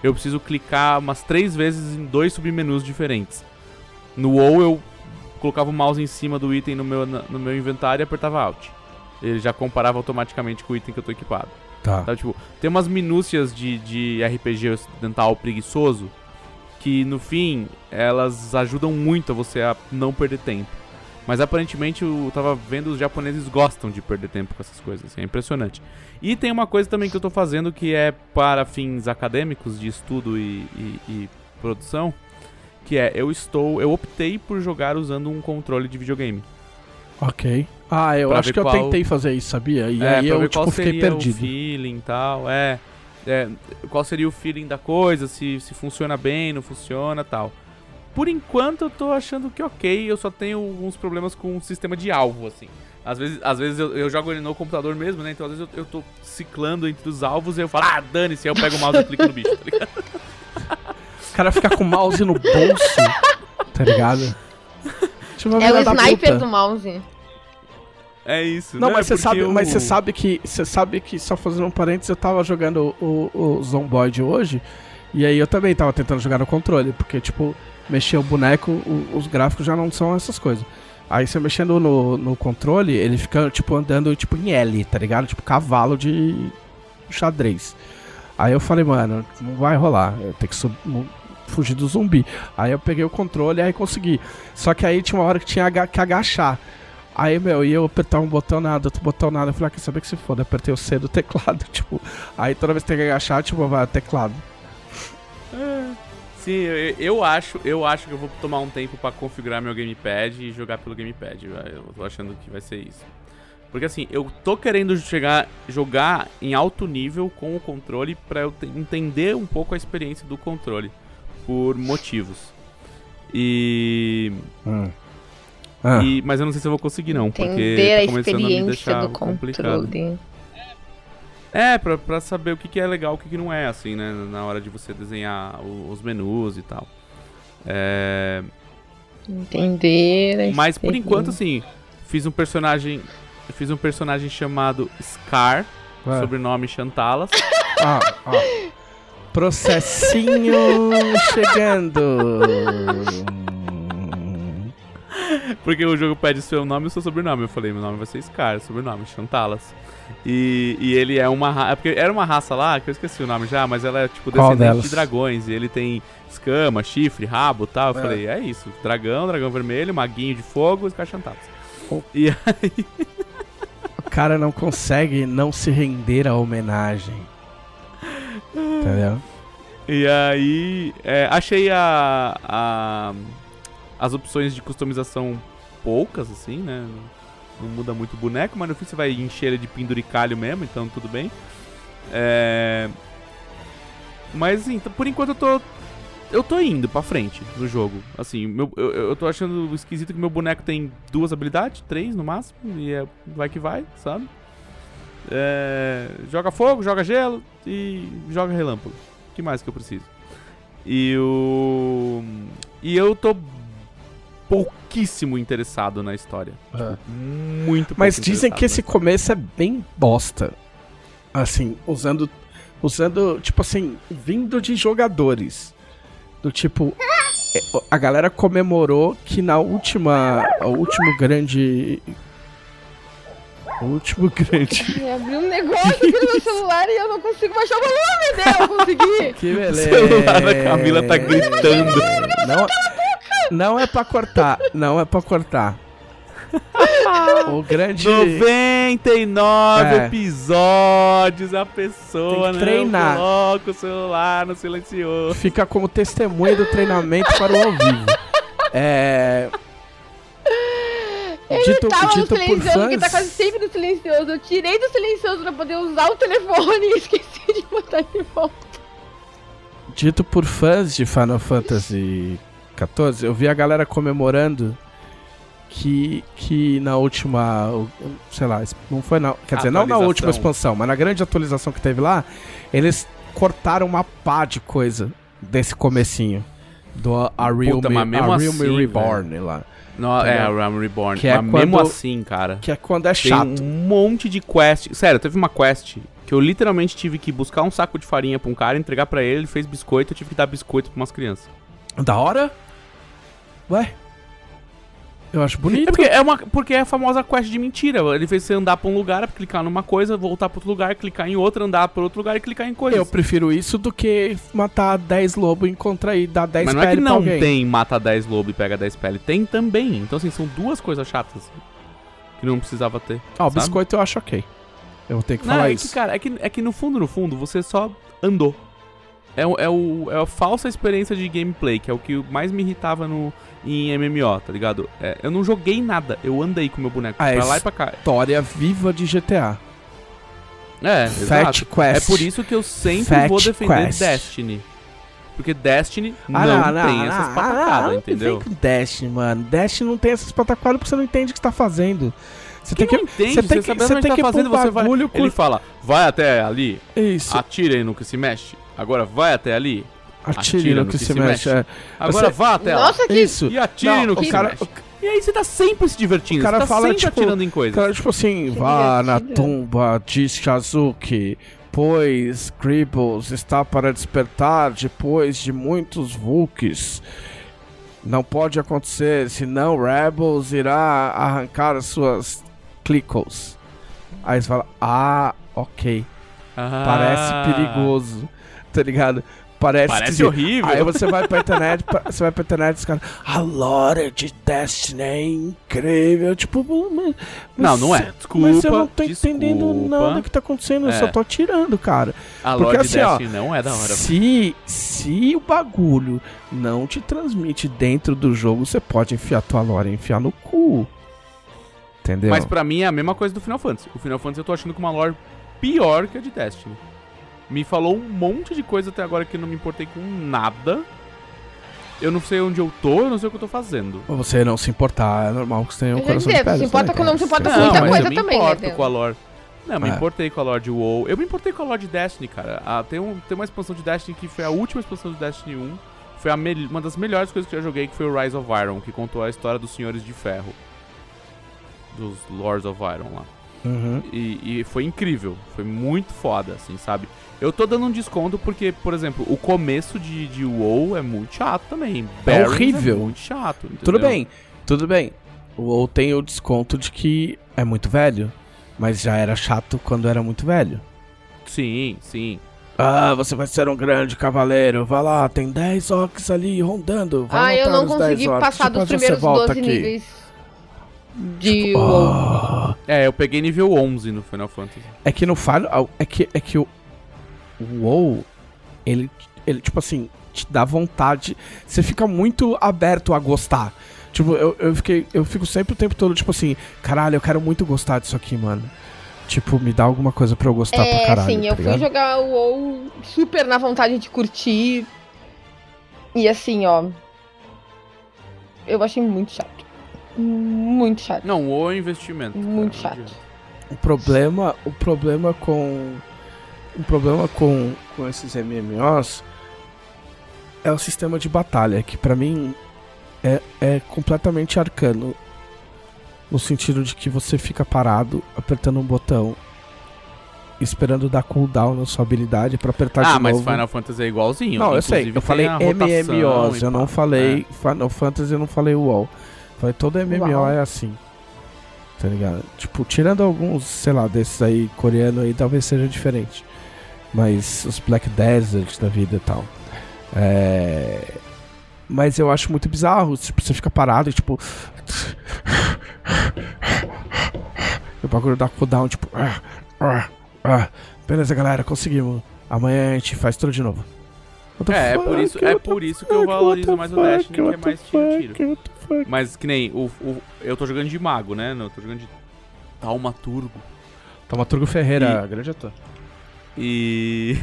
eu preciso clicar umas 3 vezes em 2 submenus diferentes. No WoW eu colocava o mouse em cima do item no meu inventário e apertava Alt. Ele já comparava automaticamente com o item que eu tô equipado. Tá. Então, tipo, tem umas minúcias de RPG ocidental preguiçoso que, no fim, elas ajudam muito a você a não perder tempo. Mas, aparentemente, eu tava vendo os japoneses gostam de perder tempo com essas coisas. Assim, é impressionante. E tem uma coisa também que eu tô fazendo que é para fins acadêmicos, de estudo e produção, que é, eu optei por jogar usando um controle de videogame. Ok. Eu Pra acho ver que eu qual- tentei fazer isso, sabia? E pra aí eu, ver qual tipo, fiquei seria perdido. o feeling e tal, qual seria o feeling da coisa, se funciona bem, não funciona e tal. Por enquanto eu tô achando que ok, eu só tenho alguns problemas com o sistema de alvo, assim. Às vezes eu jogo ele no computador mesmo, né, então às vezes eu tô ciclando entre os alvos e eu falo, dane-se, aí eu pego o mouse e clico no bicho, tá ligado? O cara fica com o mouse no bolso, tá ligado? Tipo, É o filha da sniper puta. do mouse. É isso, Não, né? mas você Porque sabe que, só fazendo um parênteses, eu tava jogando o Zomboid hoje, e aí eu também tava tentando jogar no controle, porque, tipo, mexer o boneco, os gráficos já não são essas coisas. Aí você mexendo no controle, ele fica, tipo, andando, tipo, em L, tá ligado? Tipo, cavalo de xadrez. Aí eu falei, mano, não vai rolar, eu tenho que fugir do zumbi. Aí eu peguei o controle e aí consegui. Só que aí tinha uma hora que tinha que agachar. Aí, ia eu apertar um botão nada, outro botão nada. Eu falei, quer saber que se foda? Apertei o C do teclado, tipo. Aí toda vez que tem que agachar, tipo, vai o teclado. Sim, eu acho que eu vou tomar um tempo pra configurar meu gamepad e jogar pelo gamepad. Eu tô achando que vai ser isso. Porque assim, eu tô querendo jogar em alto nível com o controle pra eu entender um pouco a experiência do controle. Por motivos. Mas eu não sei se eu vou conseguir não, porque Entender a tá começando a me experiência deixar do complicado. controle. Pra saber o que é legal e o que não é, assim, né? Na hora de você desenhar os menus e tal. Entender a Mas por experiência. enquanto, assim, fiz um personagem chamado Scar, sobrenome Chantalas. Processinho chegando. Porque o jogo pede seu nome e seu sobrenome. Eu falei, meu nome vai ser Scar, sobrenome Chantalas. E ele é uma raça. Porque era uma raça lá, que eu esqueci o nome já, mas ela é tipo Qual descendente delas? de dragões. E ele tem escama, chifre, rabo e tal. Eu falei, é isso. Dragão vermelho, maguinho de fogo, Scar Chantalas. E aí. O cara não consegue não se render à homenagem. Entendeu? E aí, achei as opções de customização poucas, assim, né? Não muda muito o boneco, mas no fim você vai encher ele de penduricalho mesmo, então tudo bem. Mas, assim, por enquanto eu tô indo pra frente no jogo. Assim, eu tô achando esquisito que meu boneco tem 2 habilidades, 3 no máximo, e vai que vai, sabe? Joga fogo, joga gelo e joga relâmpago. O que mais que eu preciso? E eu tô pouquíssimo interessado na história. Tipo, muito Mas pouco dizem que interessado esse começo é bem bosta. Assim, usando, tipo assim, vindo de jogadores. Do tipo, a galera comemorou que na última grande... Abriu um negócio aqui no meu celular e eu não consigo baixar o volume dele. Eu consegui. Que O beleza. celular da Camila tá gritando. Não é pra cortar. O grande... 99 episódios, a pessoa Tem que treinar. não coloca o celular no silencioso. Fica como testemunha do treinamento para o ao vivo. Dito Tava no por silencioso, porque tá fãs, quase sempre no silencioso. Eu tirei do silencioso pra poder usar o telefone e esqueci de botar de volta. dito por fãs de Final Fantasy XIV, eu vi a galera comemorando que na última, sei lá, não foi na, quer dizer, não na última expansão, mas na grande atualização que teve lá, eles cortaram uma pá de coisa desse comecinho do A Real Me Reborn lá. Não, a Realm Reborn. Que é mas mesmo quando- assim, cara. Que é quando é chato. Tem um monte de quest. Sério, teve uma quest Que eu literalmente tive que buscar um saco de farinha pra um cara, entregar pra ele fez biscoito, eu tive que dar biscoito pra umas crianças. Da hora? Ué? Eu acho bonito. Porque é a famosa quest de mentira. Ele fez você andar pra um lugar, clicar numa coisa, voltar pra outro lugar, clicar em outra, andar pra outro lugar e clicar em coisa. Eu prefiro isso do que matar 10 lobos e encontrar e dar 10 Mas não é que pele pra não alguém. tem mata 10 lobos e pega 10 pele. Tem também. Então, assim, são duas coisas chatas que não precisava ter. O biscoito eu acho ok. Eu vou ter que falar isso. Que, cara, é que no fundo, você só andou. É a falsa experiência de gameplay, que é o que mais me irritava em MMO, tá ligado? Eu não joguei nada, eu andei com meu boneco pra lá e pra cá. História viva de GTA. Exato. Quest. É por isso que eu sempre vou defender Destiny. Porque Destiny não tem essas patacadas, entendeu? Não vem com Destiny, mano. Destiny não tem essas patacadas porque você não entende o que você tá fazendo. Você tem que entende, você sabe onde tá fazendo, você vai. Ele fala, vai até ali, isso. Atira aí no que se mexe. Agora vai até ali, atire no que se mexe. Agora vá até lá. Nossa, que isso. E atire no que se mexe. E aí você tá sempre se divertindo, você tá sempre atirando em coisas. O cara, tipo assim, vá na tumba de Shazuki, pois Gribbles está para despertar depois de muitos Vulks. Não pode acontecer, senão Rebels irá arrancar as suas Clickles. Aí você fala, ok. Parece perigoso, tá ligado? Parece horrível. Aí você vai pra internet, e os caras, a lore de Destiny é incrível. Tipo, não é. Desculpa. Mas eu não tô entendendo nada que tá acontecendo, eu só tô atirando, cara. A lore de Destiny não é da hora. Se o bagulho não te transmite dentro do jogo, você pode enfiar tua lore e enfiar no cu. Entendeu? Mas pra mim é a mesma coisa do Final Fantasy. O Final Fantasy eu tô achando com uma lore pior que a de Destiny. Me falou um monte de coisa até agora que eu não me importei com nada. Eu não sei onde eu tô, eu não sei o que eu tô fazendo. Você não se importar, é normal que você tenha um coração de pedra. Se importa com não se importa com Não, muita mas coisa eu me também, importo né? com a lore. Não, me importei com a lore de WoW. Eu me importei com a lore de Destiny, cara. Tem uma expansão de Destiny que foi a última expansão de Destiny 1. Foi uma das melhores coisas que eu já joguei, que foi o Rise of Iron, que contou a história dos Senhores de Ferro. Dos Lords of Iron lá. Uhum. E foi incrível. Foi muito foda, assim, sabe? Eu tô dando um desconto porque, por exemplo, o começo de WoW é muito chato também. É horrível. É muito chato, entendeu? Tudo bem. O WoW tem o desconto de que é muito velho, mas já era chato quando era muito velho. Sim. Você vai ser um grande cavaleiro. Vai lá, tem 10 orcs ali rondando. Vai eu não consegui passar dos primeiros 12 níveis de WoW. Eu peguei nível 11 no Final Fantasy. É que no Final... É que o WoW, ele tipo assim, te dá vontade. Você fica muito aberto a gostar. Tipo, eu fico sempre o tempo todo, tipo assim, caralho, eu quero muito gostar disso aqui, mano. Tipo, me dá alguma coisa pra eu gostar pra caralho. Sim, eu fui jogar o WoW super na vontade de curtir. E assim, ó, eu achei muito chato. Muito chato. Não, o WoW é investimento. Muito chato. O problema com esses MMOs é o sistema de batalha, que pra mim é completamente arcano. No sentido de que você fica parado, apertando um botão, esperando dar cooldown na sua habilidade pra apertar de novo. Mas Final Fantasy é igualzinho. Não, eu sei. Eu falei MMOs, eu não falei Final Fantasy, eu não falei WoW. Falei, todo MMO é assim. Tá ligado? Tipo, tirando alguns, sei lá, desses aí, coreano aí, talvez seja diferente. Mas os Black Desert da vida e tal. Mas eu acho muito bizarro. Tipo, você fica parado e tipo... o bagulho dá cooldown, tipo... Beleza, galera, conseguimos. Amanhã a gente faz tudo de novo. É por isso que eu valorizo mais o Destiny, que é mais tiro. Mas que nem eu tô jogando de mago, né? Eu tô jogando de Taumaturgo. Taumaturgo Ferreira, grande ator. E...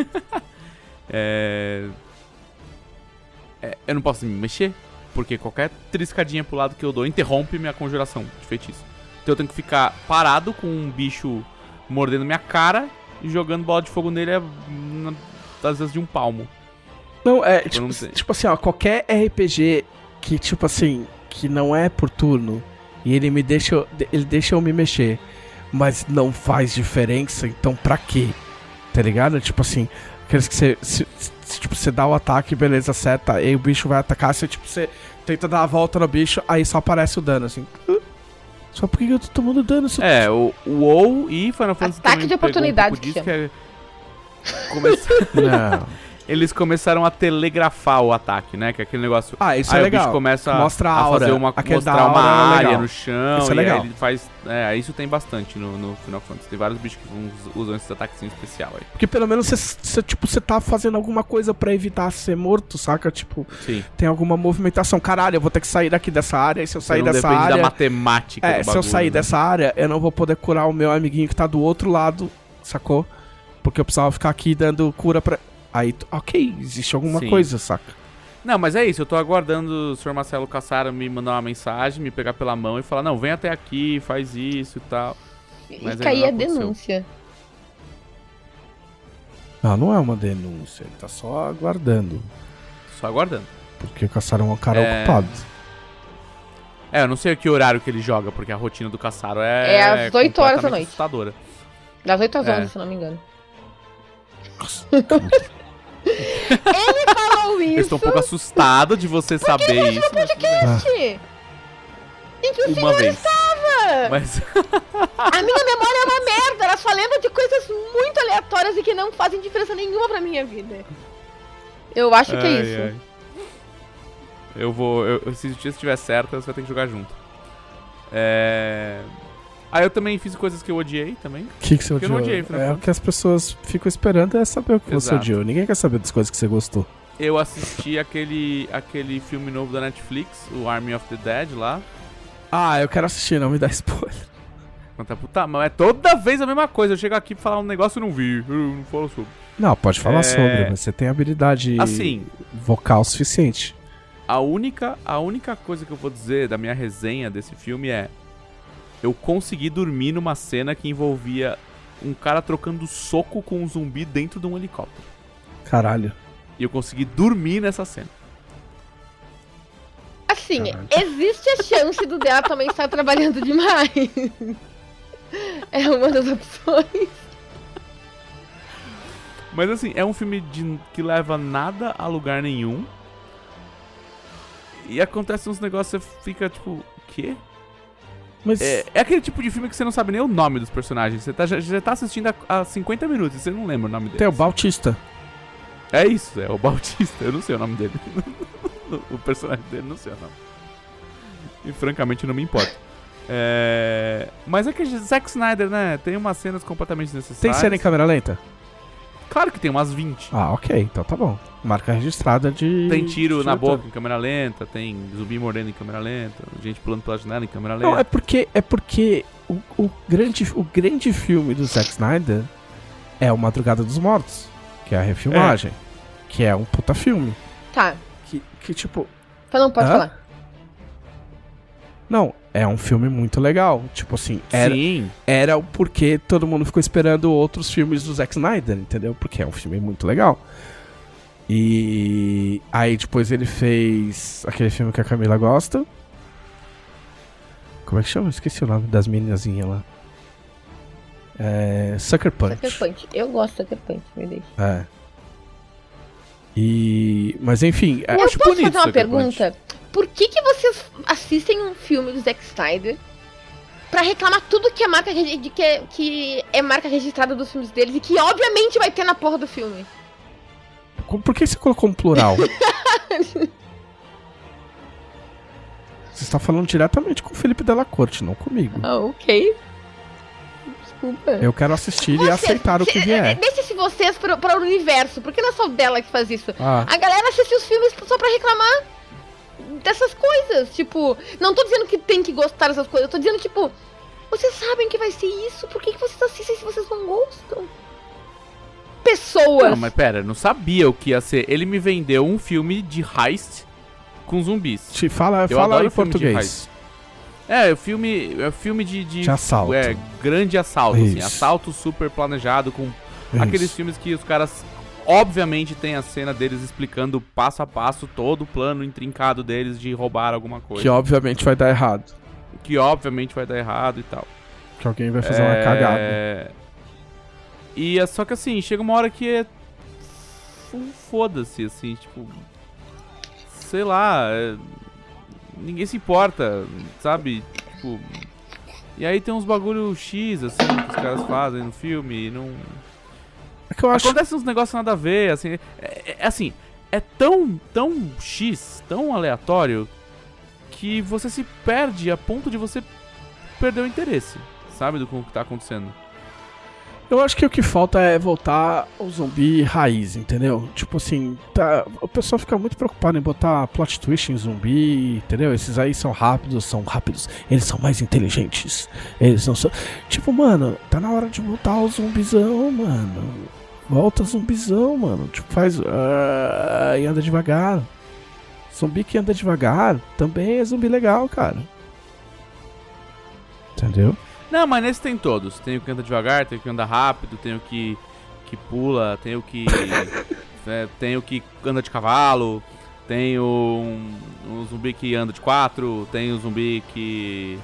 eu não posso me mexer, porque qualquer triscadinha pro lado que eu dou interrompe minha conjuração de feitiço. Então eu tenho que ficar parado com um bicho mordendo minha cara e jogando bola de fogo nele às vezes de um palmo. Não, tipo assim, ó, qualquer RPG que, tipo assim, que não é por turno e ele deixa eu me mexer, mas não faz diferença, então pra quê? Tá ligado? Tipo assim, aqueles que você... Tipo, você dá o ataque, beleza, acerta, aí o bicho vai atacar, você tenta dar a volta no bicho, aí só aparece o dano, assim. Só porque eu tô tomando dano? O WoW e Final Fantasy ataque de oportunidade disso que chama. Não. Eles começaram a telegrafar o ataque, né? Que é aquele negócio... Isso aí é o legal. bicho começa Mostra a a fazer aura. mostrar uma área legal. no chão. Isso é e legal. aí ele faz... isso tem bastante no Final Fantasy. Tem vários bichos que usam esse ataquezinho especial aí. Porque pelo menos você tá fazendo alguma coisa pra evitar ser morto, saca? Tipo, Sim. tem alguma movimentação. Caralho, eu vou ter que sair daqui dessa área, e se eu sair não dessa depende área... da matemática do se eu bagulho, sair né? dessa área, eu não vou poder curar o meu amiguinho que tá do outro lado, sacou? Porque eu precisava ficar aqui dando cura pra... Aí, ok, existe alguma Sim. coisa, saca? Não, mas é isso, eu tô aguardando o Sr. Marcelo Cassara me mandar uma mensagem, me pegar pela mão e falar, não, vem até aqui, faz isso e tal. Mas E cair a aconteceu. denúncia. Não é uma denúncia, ele tá só aguardando. Só aguardando. Porque o Caçaro é um cara ocupado. Eu não sei a que horário que ele joga, porque a rotina do Cassaro É às 8 horas da noite. Assustadora. Das 8 às 11, É. se não me engano. Ele falou isso. Eu estou um pouco assustado de você saber isso. Mas tudo bem. Gente, em que o Uma senhor vez. estava? Mas A minha memória é uma merda. Ela só lembra de coisas muito aleatórias e que não fazem diferença nenhuma pra minha vida. Eu acho que é isso. Ai. Se o dia estiver certo, você vai ter que jogar junto. Eu também fiz coisas que eu odiei também. O que você Porque eu odiou? não odiei, Final O Fantasy. que as pessoas ficam esperando é saber o que você Exato. odiou. Ninguém quer saber das coisas que você gostou. Eu assisti aquele filme novo da Netflix, o Army of the Dead lá. Eu quero assistir, não me dá spoiler. Mas é toda vez a mesma coisa. Eu chego aqui pra falar um negócio e não vi. Eu não falo sobre. Não, pode falar sobre, mas você tem habilidade Assim, vocal suficiente. a única coisa que eu vou dizer da minha resenha desse filme é: eu consegui dormir numa cena que envolvia um cara trocando soco com um zumbi dentro de um helicóptero. Caralho. E eu consegui dormir nessa cena. Assim, existe a chance do dela também estar trabalhando demais. É uma das opções. Mas assim, é um filme que leva nada a lugar nenhum. E acontece uns negócios, você fica tipo, o quê? Mas É aquele tipo de filme que você não sabe nem o nome dos personagens. Você já tá assistindo há 50 minutos e você não lembra o nome dele. tem o Bautista. É isso, é o Bautista. Eu não sei o nome dele. O personagem dele, não sei o nome. E francamente não me importa. Mas é que Zack Snyder, né? Tem umas cenas completamente desnecessárias. Tem cena em câmera lenta? Claro que tem umas 20. Ok, então tá bom. Marca registrada de... Tem tiro na diretor. boca em câmera lenta, tem zumbi mordendo em câmera lenta, gente pulando pela janela em câmera lenta. Não, é porque o grande filme do Zack Snyder é o Madrugada dos Mortos, que é a refilmagem, que é um puta filme. Tá. Que tipo... Não pode falar. Não, é um filme muito legal. Tipo assim, Sim. era o porquê todo mundo ficou esperando outros filmes do Zack Snyder, entendeu? Porque é um filme muito legal. E aí depois ele fez aquele filme que a Camila gosta. Como é que chama? Esqueci o nome das meninazinhas lá. Sucker Punch. Sucker Punch. Eu gosto de Sucker Punch, me deixa. Mas enfim, Eu acho posso bonito fazer uma Sucker Punch. pergunta? Por que vocês assistem um filme do Zack Snyder pra reclamar tudo que é marca que é marca registrada dos filmes deles e que obviamente vai ter na porra do filme? por que você colocou um plural? Você está falando diretamente com o Felipe Della Corte, não comigo. Ah, ok. Desculpa. Eu quero assistir e aceitar o que vier. Deixa-se vocês para o universo, porque não é só dela que faz isso. Ah. A galera assiste os filmes só pra reclamar dessas coisas. Tipo, não tô dizendo que tem que gostar dessas coisas, eu tô dizendo, tipo, vocês sabem que vai ser isso, por que vocês assistem se vocês não gostam? Pessoas. Não, mas pera, não sabia o que ia ser. Ele me vendeu um filme de heist com zumbis. Fala adoro em filme de português. É filme de assalto. Grande assalto, assim. Isso. Assalto super planejado com Isso. aqueles filmes que os caras, obviamente, tem a cena deles explicando passo a passo todo o plano intrincado deles de roubar alguma coisa. Que obviamente vai dar errado. Que obviamente vai dar errado e tal. Que alguém vai fazer uma cagada. E é só que assim, chega uma hora que é... Foda-se, assim, tipo... Sei lá... Ninguém se importa, sabe? Tipo... E aí tem uns bagulho X, assim, que os caras fazem no filme e não... É que eu acho... Acontece uns negócios nada a ver, assim... Assim, é tão X, tão aleatório, que você se perde a ponto de você perder o interesse, sabe? Do que tá acontecendo. Eu acho que o que falta é voltar ao zumbi raiz, entendeu? Tipo assim, o pessoal fica muito preocupado em botar plot twist em zumbi, entendeu? Esses aí são rápidos, eles são mais inteligentes, eles não são... Tipo, mano, tá na hora de voltar o zumbizão, mano. Volta zumbizão, mano. Tipo, faz... e anda devagar. Zumbi que anda devagar também é zumbi legal, cara. Entendeu? Não, mas nesse tem todos. Tem o que anda devagar, tem o que anda rápido, tem o que pula, tem o que... tem o que anda de cavalo, tem um zumbi que anda de 4, tem o zumbi que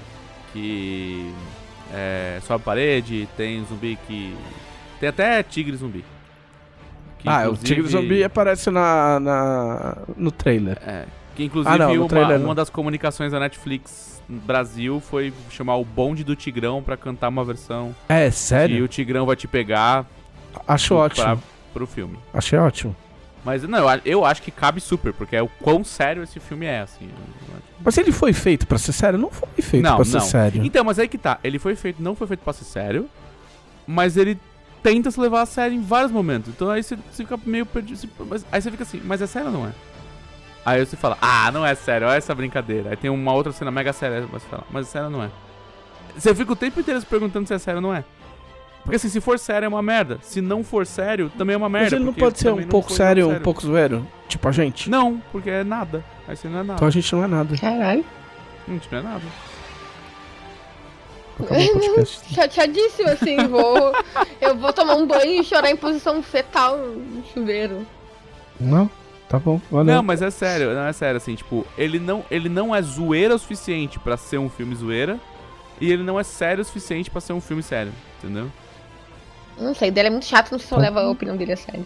sobe parede, tem zumbi que... Tem até tigre zumbi. O tigre zumbi aparece no trailer. Que inclusive uma das comunicações da Netflix Brasil foi chamar o bonde do Tigrão pra cantar uma versão. Sério? E o Tigrão vai te pegar. Acho ótimo. Pro filme. Achei ótimo. Mas não, eu acho que cabe super, porque é o quão sério esse filme é, assim. Mas ele foi feito pra ser sério? Não foi feito pra ser sério. Então, mas aí que tá. Ele não foi feito pra ser sério, mas ele tenta se levar a sério em vários momentos. Então aí você fica meio perdido. Aí você fica assim, mas é sério ou não é? Aí você fala, não é sério, olha essa brincadeira. Aí tem uma outra cena mega séria, você fala, mas é sério ou não é? Você fica o tempo inteiro se perguntando se é sério ou não é. Porque assim, se for sério é uma merda. Se não for sério, também é uma merda. Mas ele não pode ser um pouco sério, um pouco zoeiro? Tipo a gente? Não, porque é nada. Aí você não é nada. Então a gente não é nada. Caralho. A gente não é nada. Chateadíssimo, assim, eu vou tomar um banho e chorar em posição fetal no chuveiro. Não, tá bom, valeu. Não, mas é sério, assim, tipo, ele não é zoeira o suficiente pra ser um filme zoeira, e ele não é sério o suficiente pra ser um filme sério, entendeu? Não sei, dele é muito chato, não se só leva a opinião dele a sério.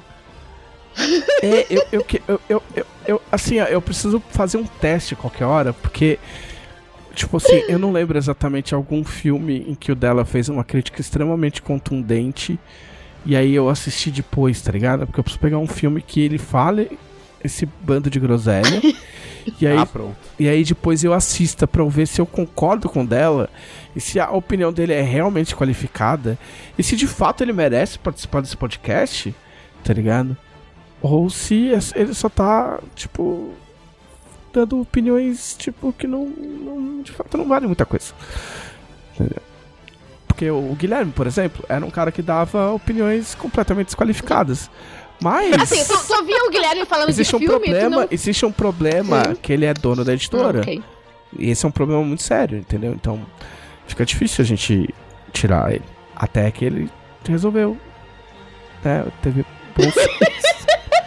Assim, eu preciso fazer um teste qualquer hora, porque... Tipo assim, eu não lembro exatamente algum filme em que o dela fez uma crítica extremamente contundente e aí eu assisti depois, tá ligado? Porque eu preciso pegar um filme que ele fale esse bando de groselha e aí, pronto. E aí depois eu assista pra eu ver se eu concordo com o dela e se a opinião dele é realmente qualificada e se de fato ele merece participar desse podcast, tá ligado? Ou se ele só tá, tipo... dando opiniões, tipo, que não de fato não vale muita coisa. Entendeu? Porque o Guilherme, por exemplo, era um cara que dava opiniões completamente desqualificadas. Mas... Assim, tu viu o Guilherme falando de filme? Existe um problema que ele é dono da editora. Okay. E esse é um problema muito sério, entendeu? Então, fica difícil a gente tirar ele. Até que ele resolveu. Né? Teve bom senso.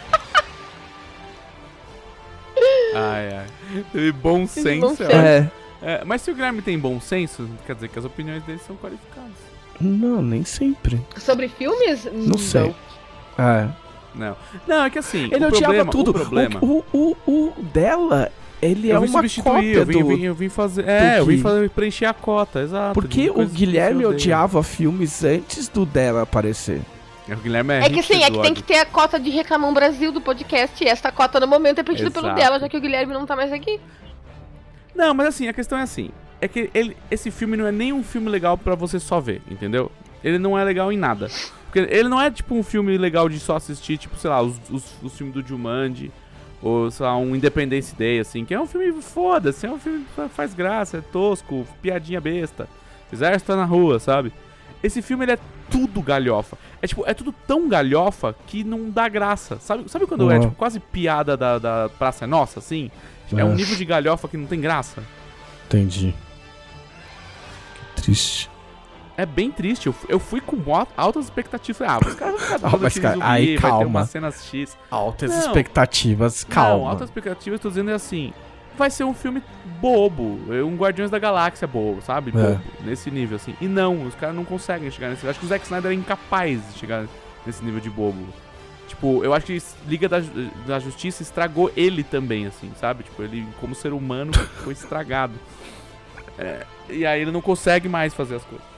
Teve bom senso. Mas se o Guilherme tem bom senso, quer dizer que as opiniões dele são qualificadas. Não, nem sempre. Sobre filmes? Não sei. Não, é que assim, ele odiava tudo. O dela, ele é uma cópia eu vim fazer preencher a cota, exato. Porque o Guilherme odiava filmes antes do dela aparecer. O Guilherme é que sim, é que tem que ter a cota de Reclamão Brasil do podcast. E essa cota no momento é preenchida pelo dela, já que o Guilherme não tá mais aqui. Não, mas assim, a questão é assim. É que esse filme não é nem um filme legal pra você só ver, entendeu? Ele não é legal em nada. Porque ele não é tipo um filme legal de só assistir, tipo, sei lá, os filmes do Jumanji. Ou, sei lá, um Independence Day, assim. Que é um filme foda-se, é um filme que faz graça, é tosco, piadinha besta. Exército tá na rua, sabe? Esse filme, ele é tudo galhofa. É tudo tão galhofa que não dá graça. Sabe quando é tipo, quase piada da Praça é Nossa, assim? É um nível de galhofa que não tem graça. Entendi. Que triste. É bem triste. Eu fui com altas expectativas. Os caras vão ficar zumbi, aí, calma. vai ter umas cenas X. Altas expectativas, calma. Não, altas expectativas, tô dizendo assim... vai ser um filme bobo, um Guardiões da Galáxia bobo, sabe? Bobo, nesse nível, assim. E não, os caras não conseguem chegar nesse nível. Acho que o Zack Snyder é incapaz de chegar nesse nível de bobo. Tipo, eu acho que Liga da Justiça estragou ele também, assim, sabe? Tipo, ele, como ser humano, foi estragado. E aí ele não consegue mais fazer as coisas.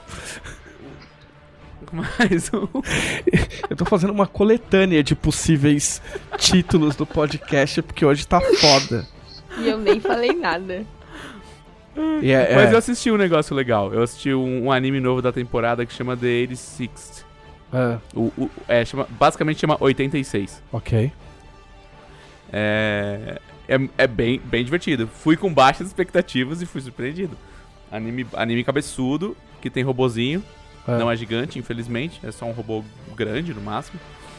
Mas eu tô fazendo uma coletânea de possíveis títulos do podcast, porque hoje tá foda. E eu nem falei nada. Mas eu assisti um negócio legal. Eu assisti um anime novo da temporada que chama The 86th. Basicamente chama 86. Ok. É bem divertido. Fui com baixas expectativas e fui surpreendido. Anime cabeçudo, que tem robozinho. Não é gigante, infelizmente. É só um robô grande, no máximo.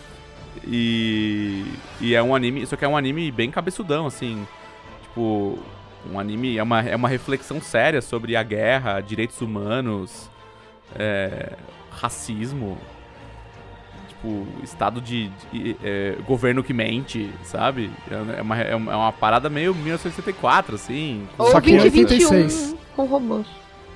E é um anime... Só que é um anime bem cabeçudão, assim. Tipo... Um anime... É uma reflexão séria sobre a guerra, direitos humanos... racismo... Tipo... Estado de governo que mente, sabe? É uma parada meio 1964, assim. Ou só que 2021 com robôs.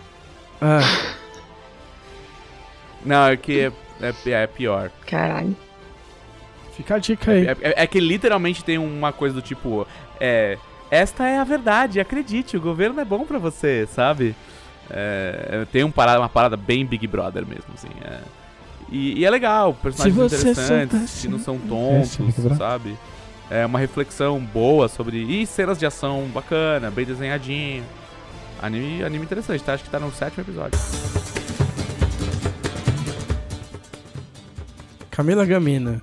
Não, é que é pior. Caralho. Fica a dica aí. É que literalmente tem uma coisa do tipo... esta é a verdade, acredite, o governo é bom pra você, sabe? Tem uma parada bem Big Brother mesmo, assim. E é legal, personagens interessantes, que não são tontos, sabe? É uma reflexão boa sobre... E cenas de ação bacana, bem desenhadinho. Anime interessante, tá? Acho que tá no 7º episódio. Camila Gamina.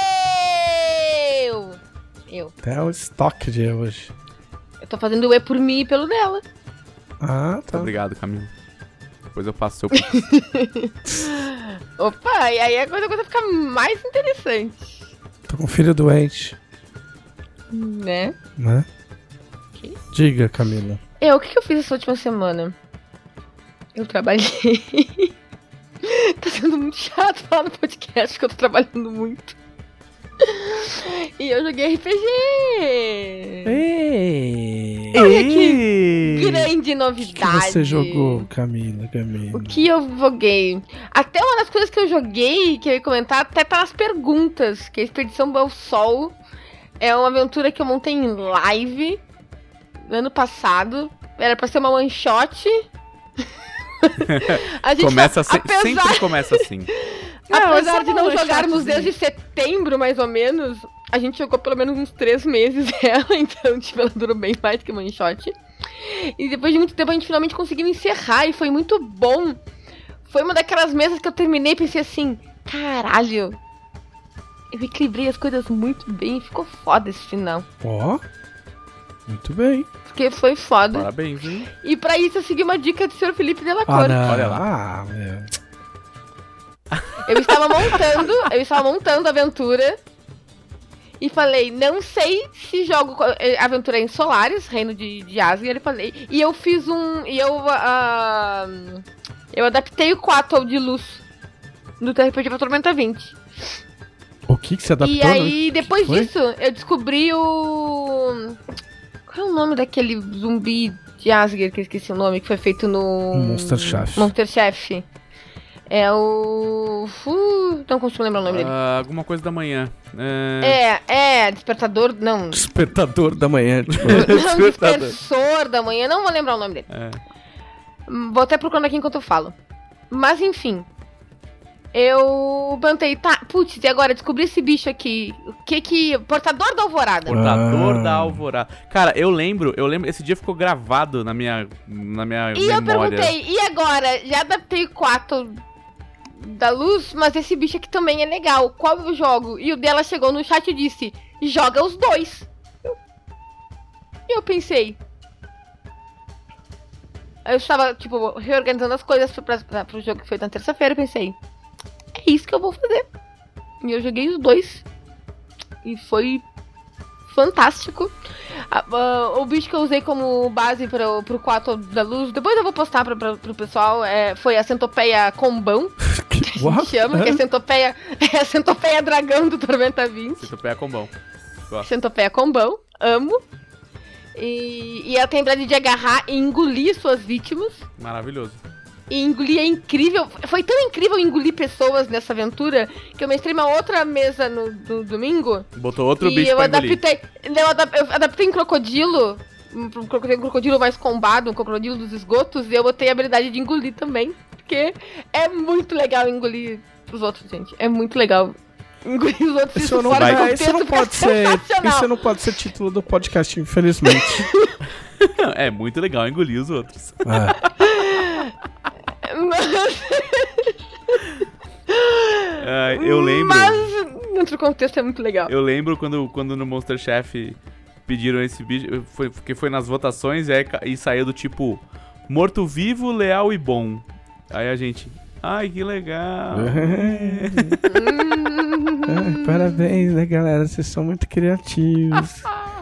Eu. Até o estoque de hoje. Eu tô fazendo o E por mim e pelo dela. Ah, tá. Obrigado, Camila. Depois eu passo seu Opa, e aí a coisa fica mais interessante. Tô com um filho doente. Né? Que? Diga, Camila. O que eu fiz essa última semana? Eu trabalhei. Tá sendo muito chato falar no podcast, porque eu tô trabalhando muito. E eu joguei RPG. Olha que grande novidade. O que você jogou, Camila Gamina? O que eu joguei? Até uma das coisas que eu joguei, que eu ia comentar, até tá nas perguntas, que a Expedição ao Sol é uma aventura que eu montei em live ano passado. Era pra ser uma one shot. A gente começa assim, sempre começa assim. Apesar de não jogarmos desde setembro, mais ou menos, a gente jogou pelo menos uns 3 meses ela, então tipo, ela durou bem mais que uma one shot. E depois de muito tempo a gente finalmente conseguiu encerrar e foi muito bom. Foi uma daquelas mesas que eu terminei e pensei assim, caralho, eu equilibrei as coisas muito bem e ficou foda esse final. Muito bem. Porque foi foda. Parabéns, hein? E pra isso eu segui uma dica do Sr. Felipe Delacour. Olha lá. Meu. Eu estava montando a aventura e falei, não sei se jogo aventura em Solaris, Reino de Asgard, falei. E eu fiz eu adaptei o Quattle de luz do RPG pra Tormenta 20. O que você adaptou? E aí, depois disso, eu descobri o... Qual é o nome daquele zumbi de Asgard, que eu esqueci o nome, que foi feito no... Monsterchef. É o... não consigo lembrar o nome dele. Alguma coisa da manhã. Despertador... Não. Despertador da manhã. Tipo... não, Dispersor da manhã. Não vou lembrar o nome dele. Vou até procurando aqui enquanto eu falo. Mas, enfim. Eu plantei... Tá, putz, e agora? Descobri esse bicho aqui. O que... Portador da Alvorada. Portador da Alvorada. Cara, eu lembro... Esse dia ficou gravado na minha memória. E eu perguntei, e agora? Já adaptei o Quattle da luz, mas esse bicho aqui também é legal. Qual eu jogo? E o dela chegou no chat e disse, joga os dois. E eu pensei... Eu estava, tipo, reorganizando as coisas pro jogo que foi na terça-feira. Pensei, é isso que eu vou fazer. E eu joguei os dois. E foi fantástico. O bicho que eu usei como base pro Quattle da luz, depois eu vou postar pro pessoal, foi a Centopeia Combão. Que a gente chama, que é a Centopeia Dragão do Tormenta 20. Centopeia Combão. Centopeia Combão, amo. E ela tem a habilidade de agarrar e engolir suas vítimas. Maravilhoso. E engolir é incrível. Foi tão incrível engolir pessoas nessa aventura que eu mestrei uma outra mesa no domingo. Botou outro bicho pra engolir. Eu adaptei um crocodilo. Um crocodilo mais combado, um crocodilo dos esgotos. E eu botei a habilidade de engolir também. Porque é muito legal engolir os outros, gente. É muito legal. Engolir os outros. Isso não pode ser título do podcast, infelizmente. É muito legal engolir os outros. Eu lembro. Mas, em outro contexto, é muito legal. Eu lembro quando no Monster Chef pediram esse bicho, porque foi nas votações e saiu do tipo morto-vivo, leal e bom. Aí a gente, ai, que legal. Parabéns, né, galera? Vocês são muito criativos.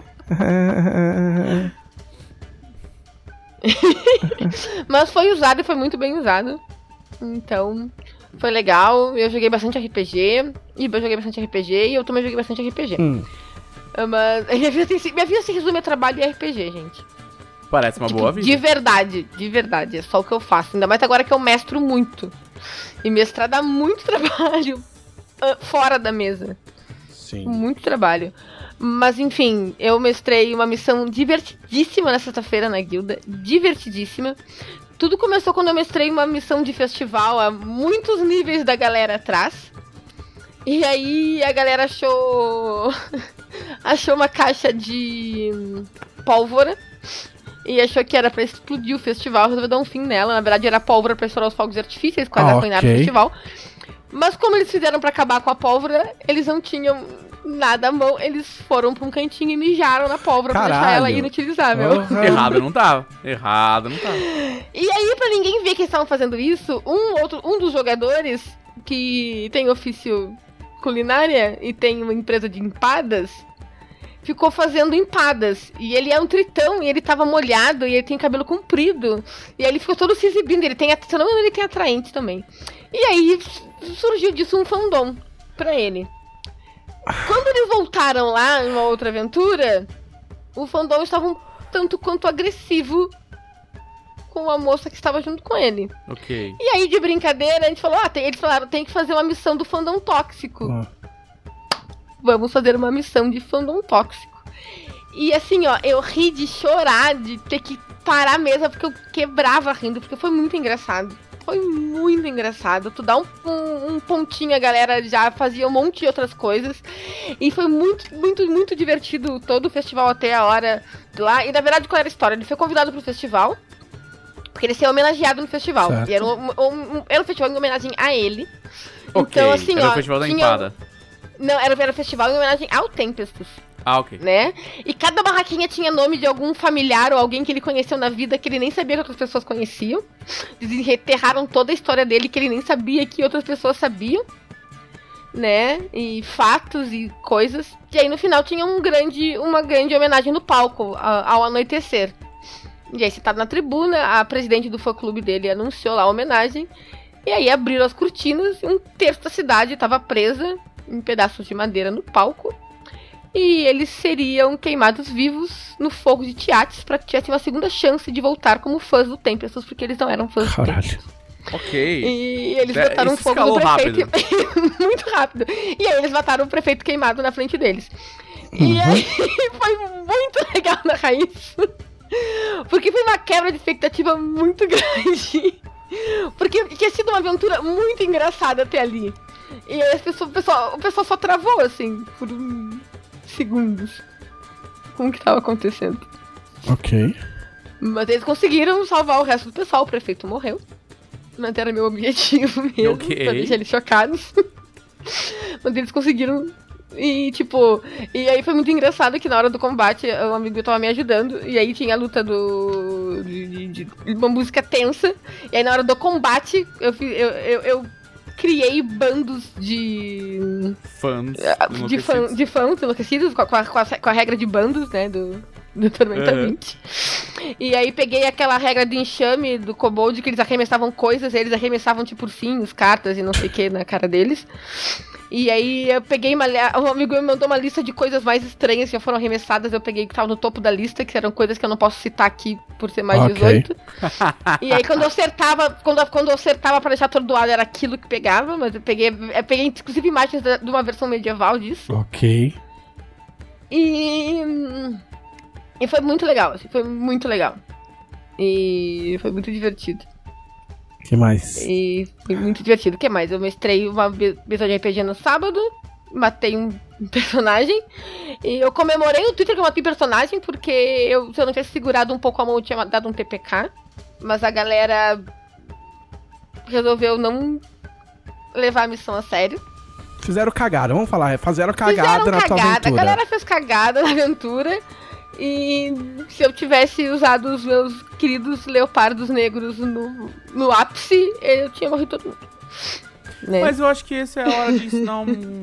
Mas foi usado e foi muito bem usado. Então, foi legal. Eu joguei bastante RPG. E eu também joguei bastante RPG. Mas minha vida se resume a trabalho e RPG, gente. Parece uma boa vida. De verdade. É só o que eu faço. Ainda mais agora que eu mestro muito. E mestrar dá muito trabalho fora da mesa. Sim. Muito trabalho. Mas enfim, eu mestrei uma missão divertidíssima na sexta-feira na guilda. Divertidíssima. Tudo começou quando eu mestrei uma missão de festival a muitos níveis da galera atrás. E aí a galera achou uma caixa de pólvora. E achou que era pra explodir o festival, resolveu dar um fim nela. Na verdade era pólvora pra estourar os fogos de artifício, eles quase arruinaram o festival. Mas como eles fizeram pra acabar com a pólvora, eles não tinham nada à mão, eles foram pra um cantinho e mijaram na pólvora pra deixar ela inutilizável. Errado não tava. E aí, pra ninguém ver que eles estavam fazendo isso, um dos jogadores, que tem ofício culinária e tem uma empresa de empadas, ficou fazendo empadas. E ele é um tritão, e ele tava molhado, e ele tem cabelo comprido. E aí ele ficou todo se exibindo, ele tem atraente também. E aí surgiu disso um fandom pra ele. Quando eles voltaram lá em uma outra aventura, o fandom estava um tanto quanto agressivo com a moça que estava junto com ele. Ok. E aí, de brincadeira, a gente falou, eles falaram, tem que fazer uma missão do fandom tóxico. Vamos fazer uma missão de fandom tóxico. E assim, eu ri de chorar, de ter que parar a mesa, porque eu quebrava rindo, porque foi muito engraçado. Foi muito engraçado. Tu dá um pontinho, a galera já fazia um monte de outras coisas. E foi muito, muito, muito divertido todo o festival até a hora de lá. E na verdade, qual era a história? Ele foi convidado pro festival, porque ele ia ser homenageado no festival. Certo. E era um festival em homenagem a ele. Okay. Então, assim, era o festival da empada. Não, era um festival em homenagem ao Tempestus. Ah, ok. Né? E cada barraquinha tinha nome de algum familiar ou alguém que ele conheceu na vida que ele nem sabia que outras pessoas conheciam. Eles enterraram toda a história dele que ele nem sabia que outras pessoas sabiam. Né? E fatos e coisas. E aí no final tinha uma grande homenagem no palco ao anoitecer. E aí, sentado na tribuna, a presidente do fã-clube dele anunciou lá a homenagem. E aí abriram as cortinas e um terço da cidade estava presa em pedaços de madeira no palco. E eles seriam queimados vivos no fogo de Tiates para que tivessem uma segunda chance de voltar como fãs do Tempestus, porque eles não eram fãs do Tempestus. Ok. E eles botaram fogo no prefeito. Muito rápido. E aí eles mataram o prefeito queimado na frente deles. E aí foi muito legal narrar isso. Porque foi uma quebra de expectativa muito grande. Porque tinha sido uma aventura muito engraçada até ali. E aí o pessoal só travou, assim, por segundos. Com o que estava acontecendo. Ok. Mas eles conseguiram salvar o resto do pessoal. O prefeito morreu. Não era meu objetivo mesmo, pra deixar eles chocados. Mas eles conseguiram. E aí foi muito engraçado que na hora do combate um amigo meu tava me ajudando. E aí tinha a luta de uma música tensa. E aí na hora do combate eu criei bandos de fãs enlouquecidos com a regra de bandos, né, do Tormenta 20. E aí peguei aquela regra de enxame do Kobold, que eles arremessavam coisas, eles arremessavam tipo ursinhos, cartas e não sei o que na cara deles. E aí eu peguei um amigo me mandou uma lista de coisas mais estranhas que foram arremessadas. Eu peguei que tava no topo da lista, que eram coisas que eu não posso citar aqui por ser mais 18. E aí quando eu acertava pra deixar atordoado, era aquilo que pegava. Mas eu peguei inclusive imagens de uma versão medieval disso. Ok. E foi muito legal, assim, foi muito legal. E foi muito divertido. O que mais? E foi muito divertido. O que mais? Eu mestrei uma mesa de RPG no sábado, matei um personagem. E eu comemorei no Twitter que eu matei personagem, porque se eu não tivesse segurado um pouco a mão, eu tinha dado um TPK. Mas a galera resolveu não levar a missão a sério. Fizeram cagada, vamos falar. Fizeram cagada na tua aventura. A galera fez cagada na aventura. E se eu tivesse usado os meus queridos leopardos negros no ápice, eu tinha morrido todo mundo. Né? Mas eu acho que essa é a hora de ensinar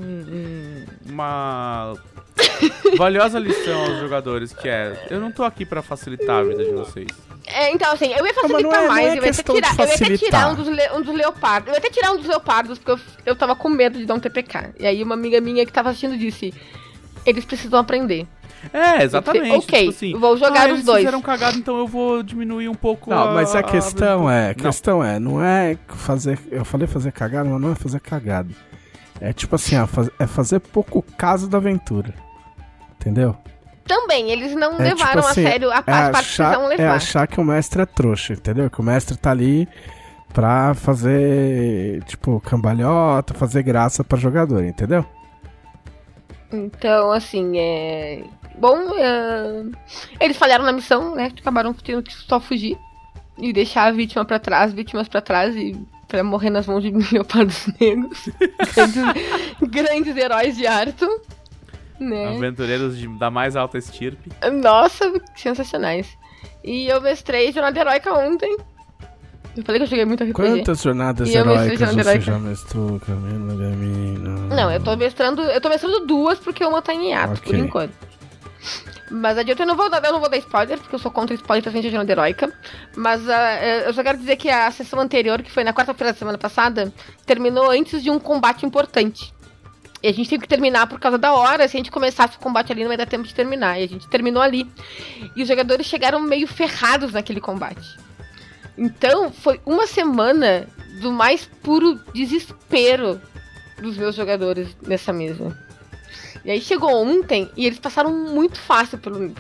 uma valiosa lição aos jogadores, que é: eu não tô aqui pra facilitar a vida de vocês. Então, assim, eu ia facilitar mais, eu ia até tirar um dos leopardos. Eu ia até tirar um dos leopardos, porque eu tava com medo de dar um TPK. E aí uma amiga minha que tava assistindo disse: eles precisam aprender. Exatamente. Ok, tipo assim, vou jogar os dois. Eles fizeram cagada, então eu vou diminuir um pouco. Não, mas a questão não é fazer... Eu falei fazer cagada, mas não é fazer cagada. É tipo assim, é fazer pouco caso da aventura. Entendeu? Também, eles não levaram tipo assim, a sério as partes que precisavam levar. É achar que o mestre é trouxa, entendeu? Que o mestre tá ali pra fazer, tipo, cambalhota, fazer graça pra jogador, entendeu? Então, assim, Bom, eles falharam na missão, né? Acabaram tendo que só fugir e deixar vítimas pra trás e pra morrer nas mãos de leopardos negros. grandes heróis de Arthur, né? Aventureiros da mais alta estirpe. Nossa, sensacionais. E eu mestrei Jornada Heróica ontem. Eu falei que eu joguei muito RPG. Quantas jornadas heróicas você já mestrou, Camila Gamina? Não, eu tô mestrando 2 porque uma tá em ato, por enquanto. Mas adianta, eu não vou dar spoiler, porque eu sou contra spoiler presente de Jornada Heróica. Mas eu só quero dizer que a sessão anterior, que foi na quarta-feira da semana passada, terminou antes de um combate importante. E a gente teve que terminar por causa da hora. Se a gente começasse o combate ali, não vai dar tempo de terminar. E a gente terminou ali. E os jogadores chegaram meio ferrados naquele combate. Então, foi uma semana do mais puro desespero dos meus jogadores nessa mesa. E aí chegou ontem e eles passaram muito fácil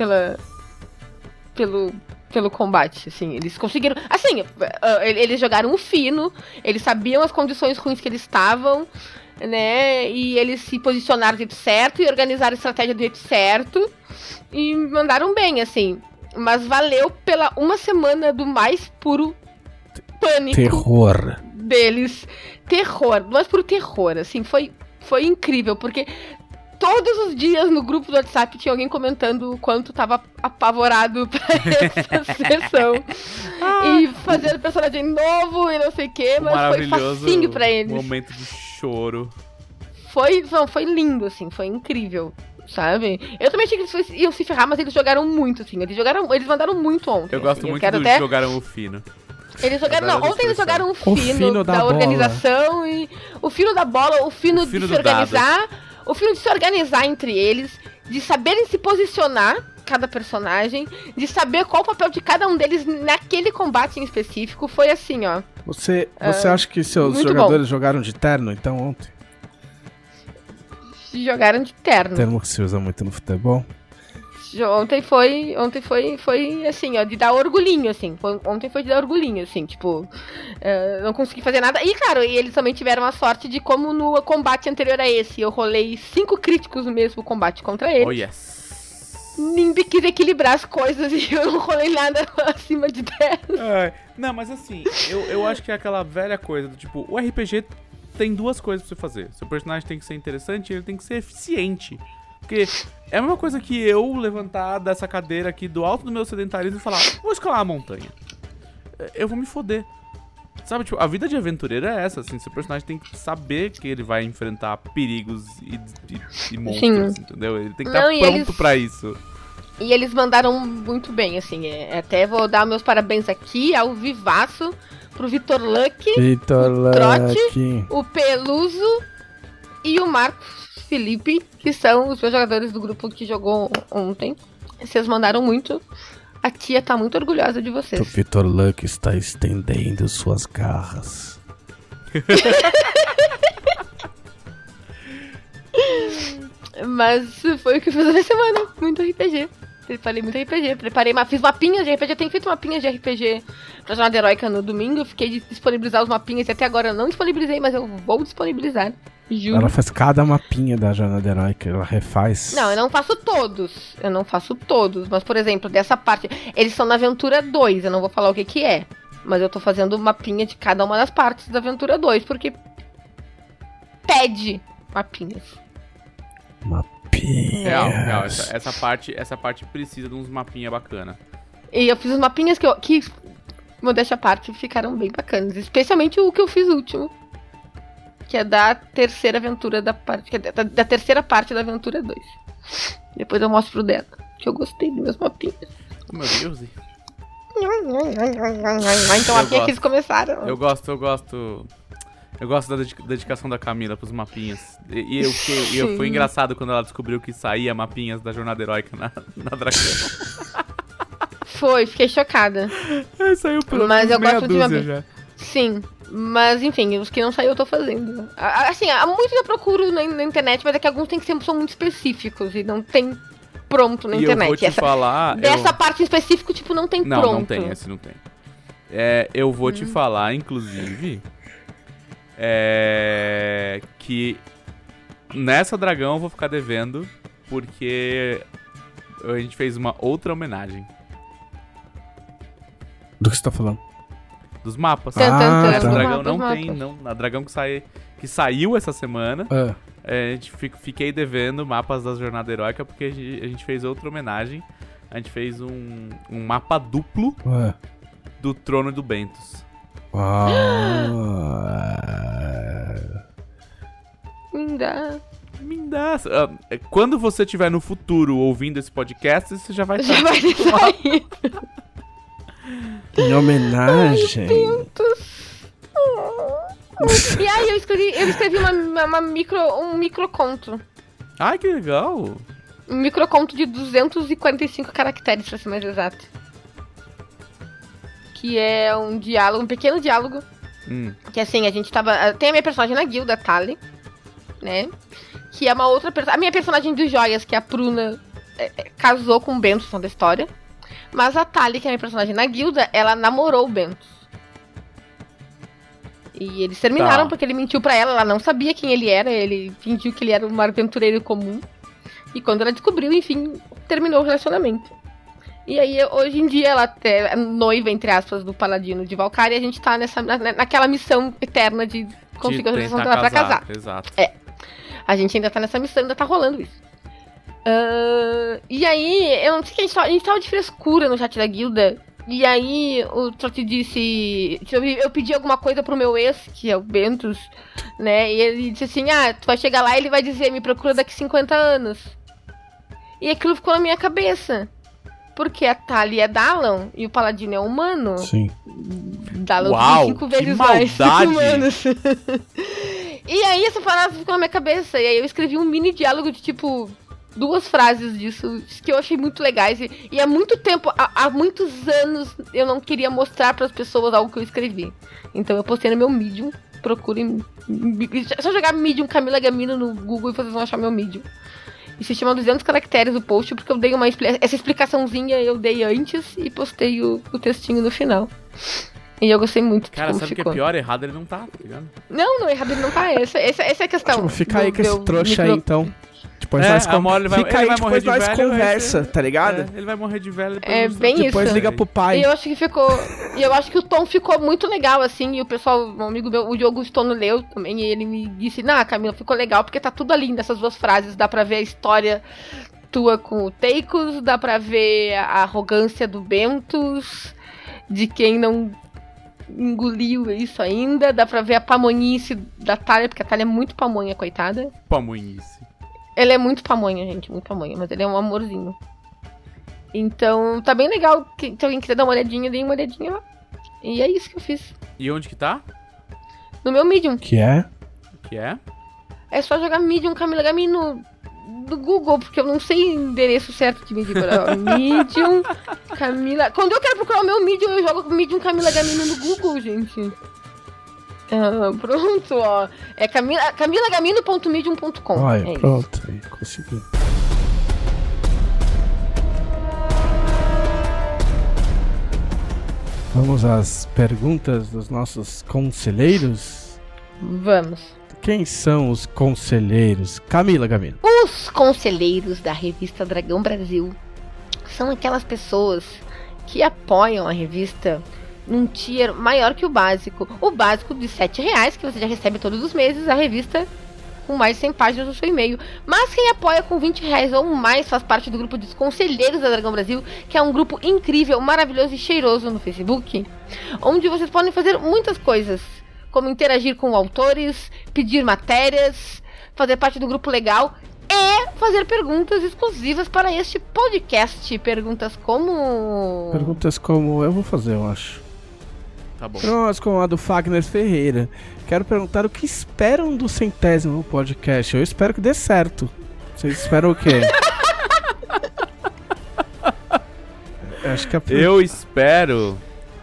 pelo combate, assim. Eles conseguiram... Assim, eles jogaram o fino, eles sabiam as condições ruins que eles estavam, né? E eles se posicionaram do jeito certo e organizaram a estratégia do jeito certo. E mandaram bem, assim. Mas valeu pela uma semana do mais puro pânico. Terror. Deles. Terror. Mais puro terror, assim. Foi incrível, porque todos os dias no grupo do WhatsApp tinha alguém comentando o quanto tava apavorado pra essa sessão. E fazendo personagem novo e não sei o que, mas foi facinho pra eles. Momento de choro. Foi lindo, assim. Foi incrível. Sabe? Eu também achei que eles iam se ferrar, mas eles jogaram muito, assim. Eles mandaram muito ontem. Eu gosto assim. muito do jogaram o fino. Eles jogaram. Ontem eles jogaram o fino da organização e o fino da bola, o fino de se organizar, o fino de se organizar entre eles, de saberem se posicionar, cada personagem, de saber qual o papel de cada um deles naquele combate em específico. Foi assim, ó. Você acha que seus jogadores jogaram de terno, então, ontem? Jogaram de terno. Termo que se usa muito no futebol. Ontem foi assim, ó, de dar orgulhinho, assim. Ontem foi de dar orgulhinho, assim, tipo... não consegui fazer nada. E, claro, eles também tiveram a sorte de, como no combate anterior a esse, eu rolei 5 críticos no mesmo combate contra eles. Oh, yes. Ninguém quis equilibrar as coisas e eu não rolei nada acima de 10. Não, mas assim, eu acho que é aquela velha coisa do tipo, o RPG... tem 2 coisas pra você fazer. Seu personagem tem que ser interessante e ele tem que ser eficiente. Porque é a mesma coisa que eu levantar dessa cadeira aqui do alto do meu sedentarismo e falar: vou escalar a montanha. Eu vou me foder. Sabe, tipo, a vida de aventureiro é essa, assim. Seu personagem tem que saber que ele vai enfrentar perigos e monstros, entendeu? Ele tem que estar pronto pra isso. E eles mandaram muito bem, assim. Até vou dar meus parabéns aqui ao vivaço pro Vitor Luck, o Trote, o Peluso e o Marcos Felipe, que são os meus jogadores do grupo que jogou ontem. Vocês mandaram muito. A tia tá muito orgulhosa de vocês. O Vitor Luck está estendendo suas garras. Mas foi o que eu fiz na semana. Muito RPG. Preparei muito RPG. Fiz mapinhas de RPG. Eu tenho feito mapinhas de RPG pra Jornada Heróica no domingo. Eu fiquei de disponibilizar os mapinhas e até agora eu não disponibilizei, mas eu vou disponibilizar. Juro. Ela faz cada mapinha da Jornada Heróica, ela refaz. Não, eu não faço todos. Mas, por exemplo, dessa parte. Eles estão na Aventura 2. Eu não vou falar o que é. Mas eu tô fazendo mapinha de cada uma das partes da Aventura 2. Porque pede mapinhas. Real. Essa parte precisa de uns mapinha bacana. E eu fiz os mapinhas que modéstia à parte, ficaram bem bacanas. Especialmente o que eu fiz último. Que é da terceira aventura da parte. Que é da terceira parte da Aventura 2. Depois eu mostro pro dela. Que eu gostei dos meus mapinhas. Oh, meu Deus. Então aqui é que eles começaram. Eu gosto da dedicação da Camila pros mapinhas. E foi engraçado quando ela descobriu que saía mapinhas da Jornada Heróica na Dragão. Fiquei chocada. Saiu pelo menos eu meia gosto de dúzia já. Sim, mas enfim, os que não saiu eu tô fazendo. Assim, há muitos eu procuro na internet, mas é que alguns são muito específicos e não tem pronto na internet. Eu vou te falar... Dessa parte em específico, tipo, não tem pronto. Não tem, esse não tem. Eu vou te falar, inclusive... que nessa Dragão eu vou ficar devendo, porque a gente fez uma outra homenagem. Do que você tá falando? Dos mapas. Nessa Dragão não tem, não. Na Dragão que saiu essa semana, a gente fiquei devendo mapas da Jornada Heróica, porque a gente fez outra homenagem. A gente fez um mapa duplo do Trono do Bentos. Me dá. Quando você estiver no futuro ouvindo esse podcast, você já vai ter saído. Em homenagem. E aí eu escrevi um microconto. Ai, que legal. Um microconto de 245 caracteres, pra ser mais exato. Que é um pequeno diálogo. Que assim, a gente tava... Tem a minha personagem na guilda, a Tali, né? Que é uma outra personagem... A minha personagem dos Joias, que é a Pruna, casou com o Bentos da história. Mas a Tali, que é a minha personagem na guilda, ela namorou o Bentos. E eles terminaram porque ele mentiu pra ela não sabia quem ele era, ele fingiu que ele era um aventureiro comum. E quando ela descobriu, enfim, terminou o relacionamento. E aí, hoje em dia, ela é noiva, entre aspas, do Paladino de Valkyria, e a gente tá naquela missão eterna de conseguir a autorização dela pra casar. Exato. A gente ainda tá nessa missão, ainda tá rolando isso. E aí, eu não sei que a gente tava de frescura no chat da guilda. E aí, o Trotti disse... Eu pedi alguma coisa pro meu ex, que é o Bentos, né? E ele disse assim, tu vai chegar lá e ele vai dizer, me procura daqui 50 anos. E aquilo ficou na minha cabeça. Porque a Tali é Dallon e o Paladino é humano. Sim. Dallon tem 5 vezes mais humanos. E aí, essa palavra ficou na minha cabeça. E aí, eu escrevi um mini diálogo de, tipo... 2 frases disso, que eu achei muito legais. E há muito tempo, há muitos anos, eu não queria mostrar para as pessoas algo que eu escrevi. Então eu postei no meu Medium. Procurem. É só jogar Medium Camila Gamino no Google e vocês vão achar meu Medium. E se chama 200 caracteres o post, porque eu dei essa explicaçãozinha eu dei antes e postei o textinho no final. E eu gostei muito de como ficou. Cara, sabe o que é pior? Errado ele não tá ligado? Não, errado ele não tá. Essa é a questão. Tipo, fica aí com esse trouxa aí, então. Depois nós fica aí, depois nós conversa, tá ligado? Ele vai morrer de velho. Bem depois isso. Liga pro pai. E eu acho que ficou... E eu acho que o tom ficou muito legal, assim. E o pessoal, um amigo meu, o Diogo Stono leu também. E ele me disse, Camila, ficou legal. Porque tá tudo ali nessas 2 frases. Dá pra ver a história tua com o Teicos. Dá pra ver a arrogância do Bentos. De quem não engoliu isso ainda. Dá pra ver a pamonhice da Thalia. Porque a Thalia é muito pamonha, coitada. Pamonhice. Ele é muito pamonha, gente, muito pamonha, mas ele é um amorzinho. Então, tá bem legal. Se alguém quiser dar uma olhadinha, dê uma olhadinha lá. E é isso que eu fiz. E onde que tá? No meu Medium. Que é? É só jogar Medium Camila Gamino do Google, porque eu não sei o endereço certo de Medium. Medium Camila... Quando eu quero procurar o meu Medium, eu jogo Medium Camila Gamino no Google, gente. Pronto, ó. É camilagamino.medium.com. Olha, pronto. Aí, consegui. Vamos às perguntas dos nossos conselheiros? Vamos. Quem são os conselheiros? Camila Gamino. Os conselheiros da revista Dragão Brasil são aquelas pessoas que apoiam a revista num tier maior que o básico. O básico de R$7, que você já recebe todos os meses, a revista com mais de 100 páginas no seu e-mail. Mas quem apoia com R$20 ou mais faz parte do grupo dos Conselheiros da Dragão Brasil, que é um grupo incrível, maravilhoso e cheiroso no Facebook, onde vocês podem fazer muitas coisas, como interagir com autores, pedir matérias, fazer parte do grupo legal e fazer perguntas exclusivas para este podcast. Perguntas como... Eu vou fazer, eu acho. Tá bom. Pronto, com a do Fagner Ferreira. Quero perguntar o que esperam do 100º podcast. Eu espero que dê certo. Vocês esperam o quê? Acho que Eu espero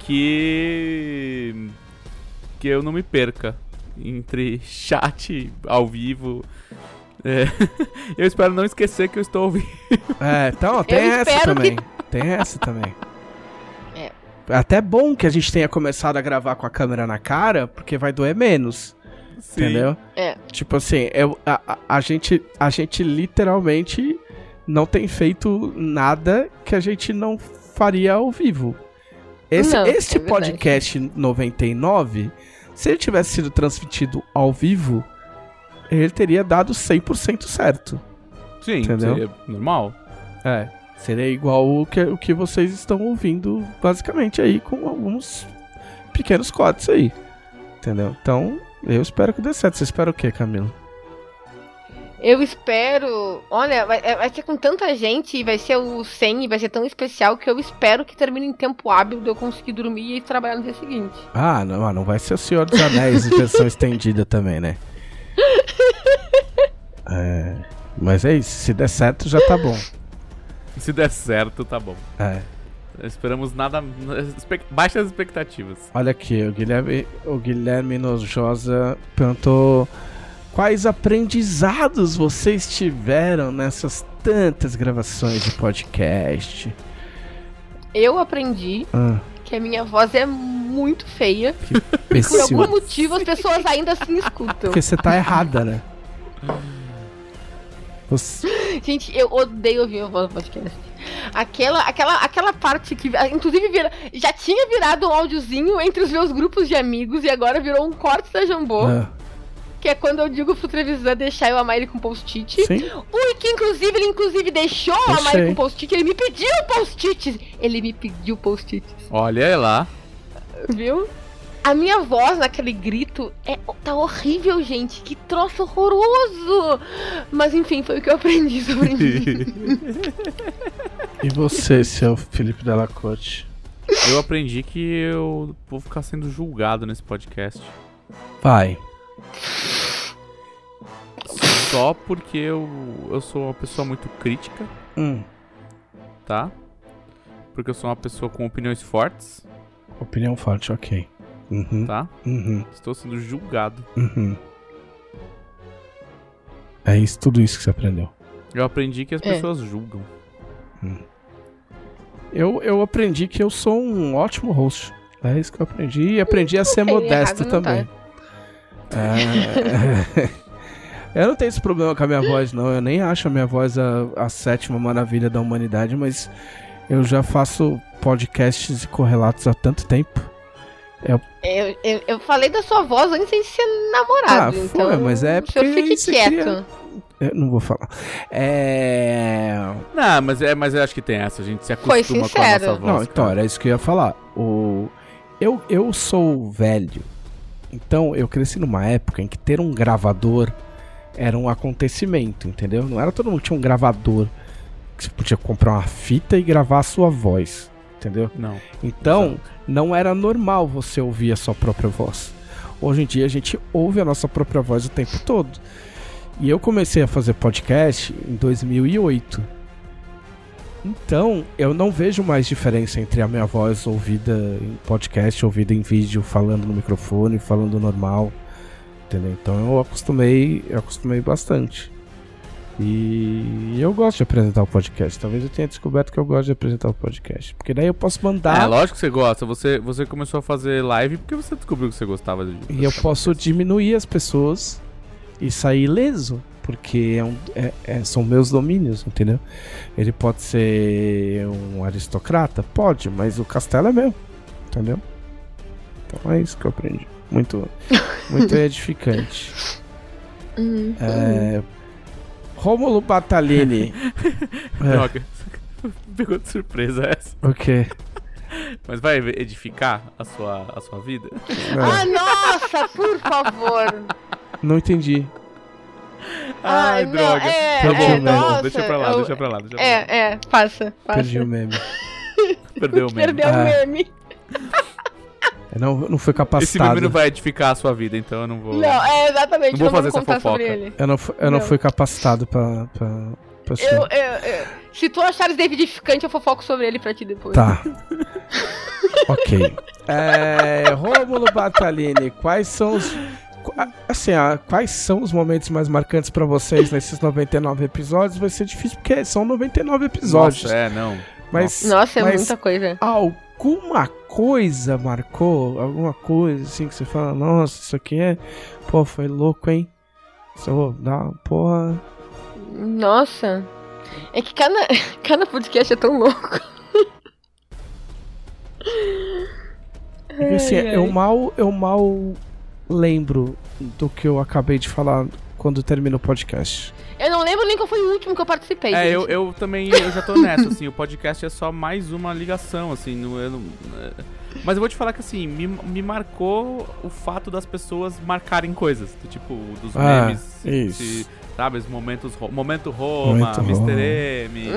que eu não me perca entre chat ao vivo. Eu espero não esquecer que eu estou ouvindo. Então, tem essa também. Tem essa também. É até bom que a gente tenha começado a gravar com a câmera na cara, porque vai doer menos. Sim. Entendeu? Tipo assim, a gente literalmente não tem feito nada que a gente não faria ao vivo. Este podcast 99, se ele tivesse sido transmitido ao vivo, ele teria dado 100% certo. Sim, entendeu? Seria normal. Seria igual o que vocês estão ouvindo, basicamente, aí, com alguns pequenos cortes aí. Entendeu? Então, eu espero que dê certo. Você espera o quê, Camila? Eu espero... Olha, vai ser com tanta gente, vai ser o 100, vai ser tão especial que eu espero que termine em tempo hábil de eu conseguir dormir e trabalhar no dia seguinte. Não vai ser o Senhor dos Anéis em versão estendida também, né? Mas é isso, se der certo já tá bom. Se der certo, tá bom. Esperamos nada... Baixas expectativas. Olha aqui, o Guilherme Nojosa perguntou: quais aprendizados vocês tiveram nessas tantas gravações de podcast? Eu aprendi que a minha voz é muito feia. Por algum motivo as pessoas ainda assim escutam. Porque você tá errada, né? Gente, eu odeio ouvir a voz do podcast. Aquela parte que, inclusive, já tinha virado um áudiozinho entre os meus grupos de amigos e agora virou um corte da Jambô. Que é quando eu digo pro Trevisan deixar eu amar ele com post-it. Sim. Que ele inclusive deixou eu amar ele com post-it. Ele me pediu post-it. Olha lá. Viu? A minha voz naquele grito tá horrível, gente. Que troço horroroso. Mas enfim, foi o que eu aprendi sobre mim. E você, seu Felipe Delacorte? Eu aprendi que eu vou ficar sendo julgado nesse podcast. Vai. Só porque eu sou uma pessoa muito crítica. Tá? Porque eu sou uma pessoa com opiniões fortes. Opinião forte, ok. Tá? Estou sendo julgado. É isso, tudo isso que você aprendeu. Eu aprendi que as pessoas julgam. Eu aprendi que eu sou um ótimo host. É isso que eu aprendi. E aprendi a ser modesto também. Eu não tenho esse problema com a minha voz, não. Eu nem acho a minha voz a sétima maravilha da humanidade, mas eu já faço podcasts e correlatos há tanto tempo. Eu falei da sua voz antes de ser namorado, então... mas é porque eu fique quieto. Eu não vou falar. Não, mas eu acho que tem essa. A gente se acostuma com a nossa voz. Não, então, era isso que eu ia falar. Eu sou velho. Então, eu cresci numa época em que ter um gravador era um acontecimento, entendeu? Não era todo mundo que tinha um gravador que você podia comprar uma fita e gravar a sua voz, entendeu? Não. Então, não era normal você ouvir a sua própria voz. Hoje em dia, a gente ouve a nossa própria voz o tempo todo. E eu comecei a fazer podcast em 2008. Então, eu não vejo mais diferença entre a minha voz ouvida em podcast, ouvida em vídeo, falando no microfone, falando normal, entendeu? Então eu acostumei bastante. E eu gosto de apresentar o podcast. Talvez eu tenha descoberto que eu gosto de apresentar o podcast. Porque daí eu posso mandar... É, lógico que você gosta. Você começou a fazer live porque você descobriu que você gostava de... E eu posso diminuir as pessoas e sair ileso. Porque são meus domínios, entendeu? Ele pode ser um aristocrata? Pode, mas o castelo é meu, entendeu? Então é isso que eu aprendi. Muito, muito edificante. Rômulo Batalini. Droga. Pegou de surpresa essa. O quê? Mas vai edificar a sua vida? Ah, nossa, por favor. Não entendi. Ai, não, droga. Perdi o meme. nossa, Deixa pra lá, deixa pra lá. passa. Perdi o meme. Perdeu o meme. Perdeu o meme. Não fui Esse capacitado. meme não vai edificar a sua vida, então eu não vou... Não, exatamente. Não vou fazer vamos essa contar sobre fofoca. ele. Eu não fui capacitado pra Se tu achares David edificante, eu fofoco sobre ele pra ti depois. Tá. Ok. Rômulo Batalini, quais são os momentos mais marcantes pra vocês nesses 99 episódios? Vai ser difícil porque são 99 episódios. Nossa, não. Mas, Nossa, é mas muita coisa. alguma coisa marcou? Alguma coisa assim que você fala, nossa, isso aqui foi louco, hein? Isso porra. Nossa. É que cada podcast é tão louco. Porque, assim, eu mal lembro do que eu acabei de falar quando termina o podcast. Eu não lembro nem qual foi o último que eu participei. gente. Eu também, eu já tô nessa, assim, o podcast é só mais uma ligação, assim, mas eu vou te falar que, assim, me marcou o fato das pessoas marcarem coisas, tipo, dos memes, isso. sabe, os momento Roma, Mr. M,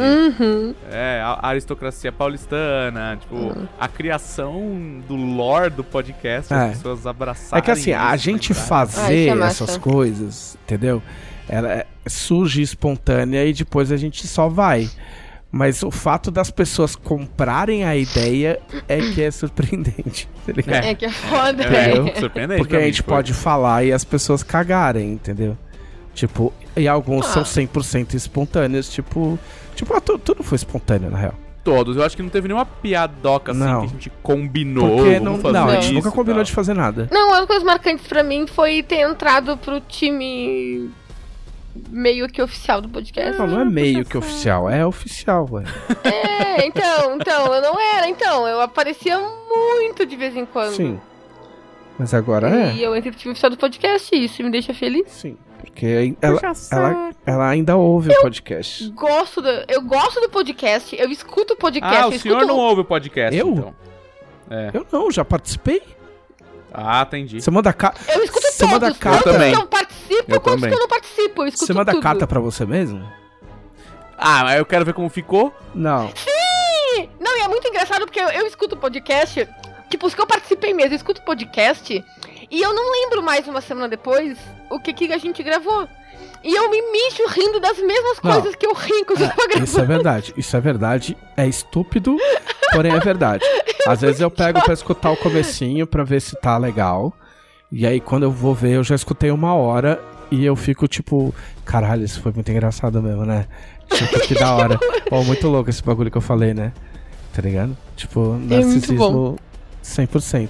a aristocracia paulistana, tipo, a criação do lore do podcast, as pessoas abraçarem. É que assim, a gente fazer essas coisas, entendeu? Ela surge espontânea e depois a gente só vai. Mas o fato das pessoas comprarem a ideia é que é surpreendente, tá ligado? É que é foda, surpreendente. Porque a gente pode falar e as pessoas cagarem, entendeu? Tipo, e alguns são 100% espontâneos, tipo, tudo foi espontâneo, na real. Todos, eu acho que não teve nenhuma piadoca assim que a gente combinou. Porque a gente nunca combinou de fazer nada. Não, uma das coisas marcantes pra mim foi ter entrado pro time meio que oficial do podcast. Não é meio que oficial, é oficial, ué. Então, eu não era, eu aparecia muito de vez em quando. Sim. Mas agora E eu entrei pro time oficial do podcast e isso me deixa feliz. Sim. Porque ela ainda ouve o podcast. Eu gosto do podcast, eu escuto o podcast. O senhor não ouve o podcast, então. Eu não, já participei. Entendi. Você manda carta. Eu escuto você manda todos, carta. tanto que eu participo quanto que eu não participo. Eu escuto você manda tudo. carta pra você mesmo? Mas eu quero ver como ficou. Não. Sim! Não, e é muito engraçado porque eu escuto podcast, tipo, os que eu participei mesmo, eu escuto podcast e eu não lembro mais uma semana depois o que a gente gravou. E eu me mexo rindo das mesmas coisas que eu ri quando eu tava gravando. Isso é verdade. É estúpido, porém é verdade. Às vezes eu pego pra escutar o comecinho pra ver se tá legal. E aí quando eu vou ver, eu já escutei 1 hora e eu fico tipo, caralho, isso foi muito engraçado mesmo, né? Tipo, que da hora. Muito louco esse bagulho que eu falei, né? Tá ligado? Tipo, narcisismo 100%.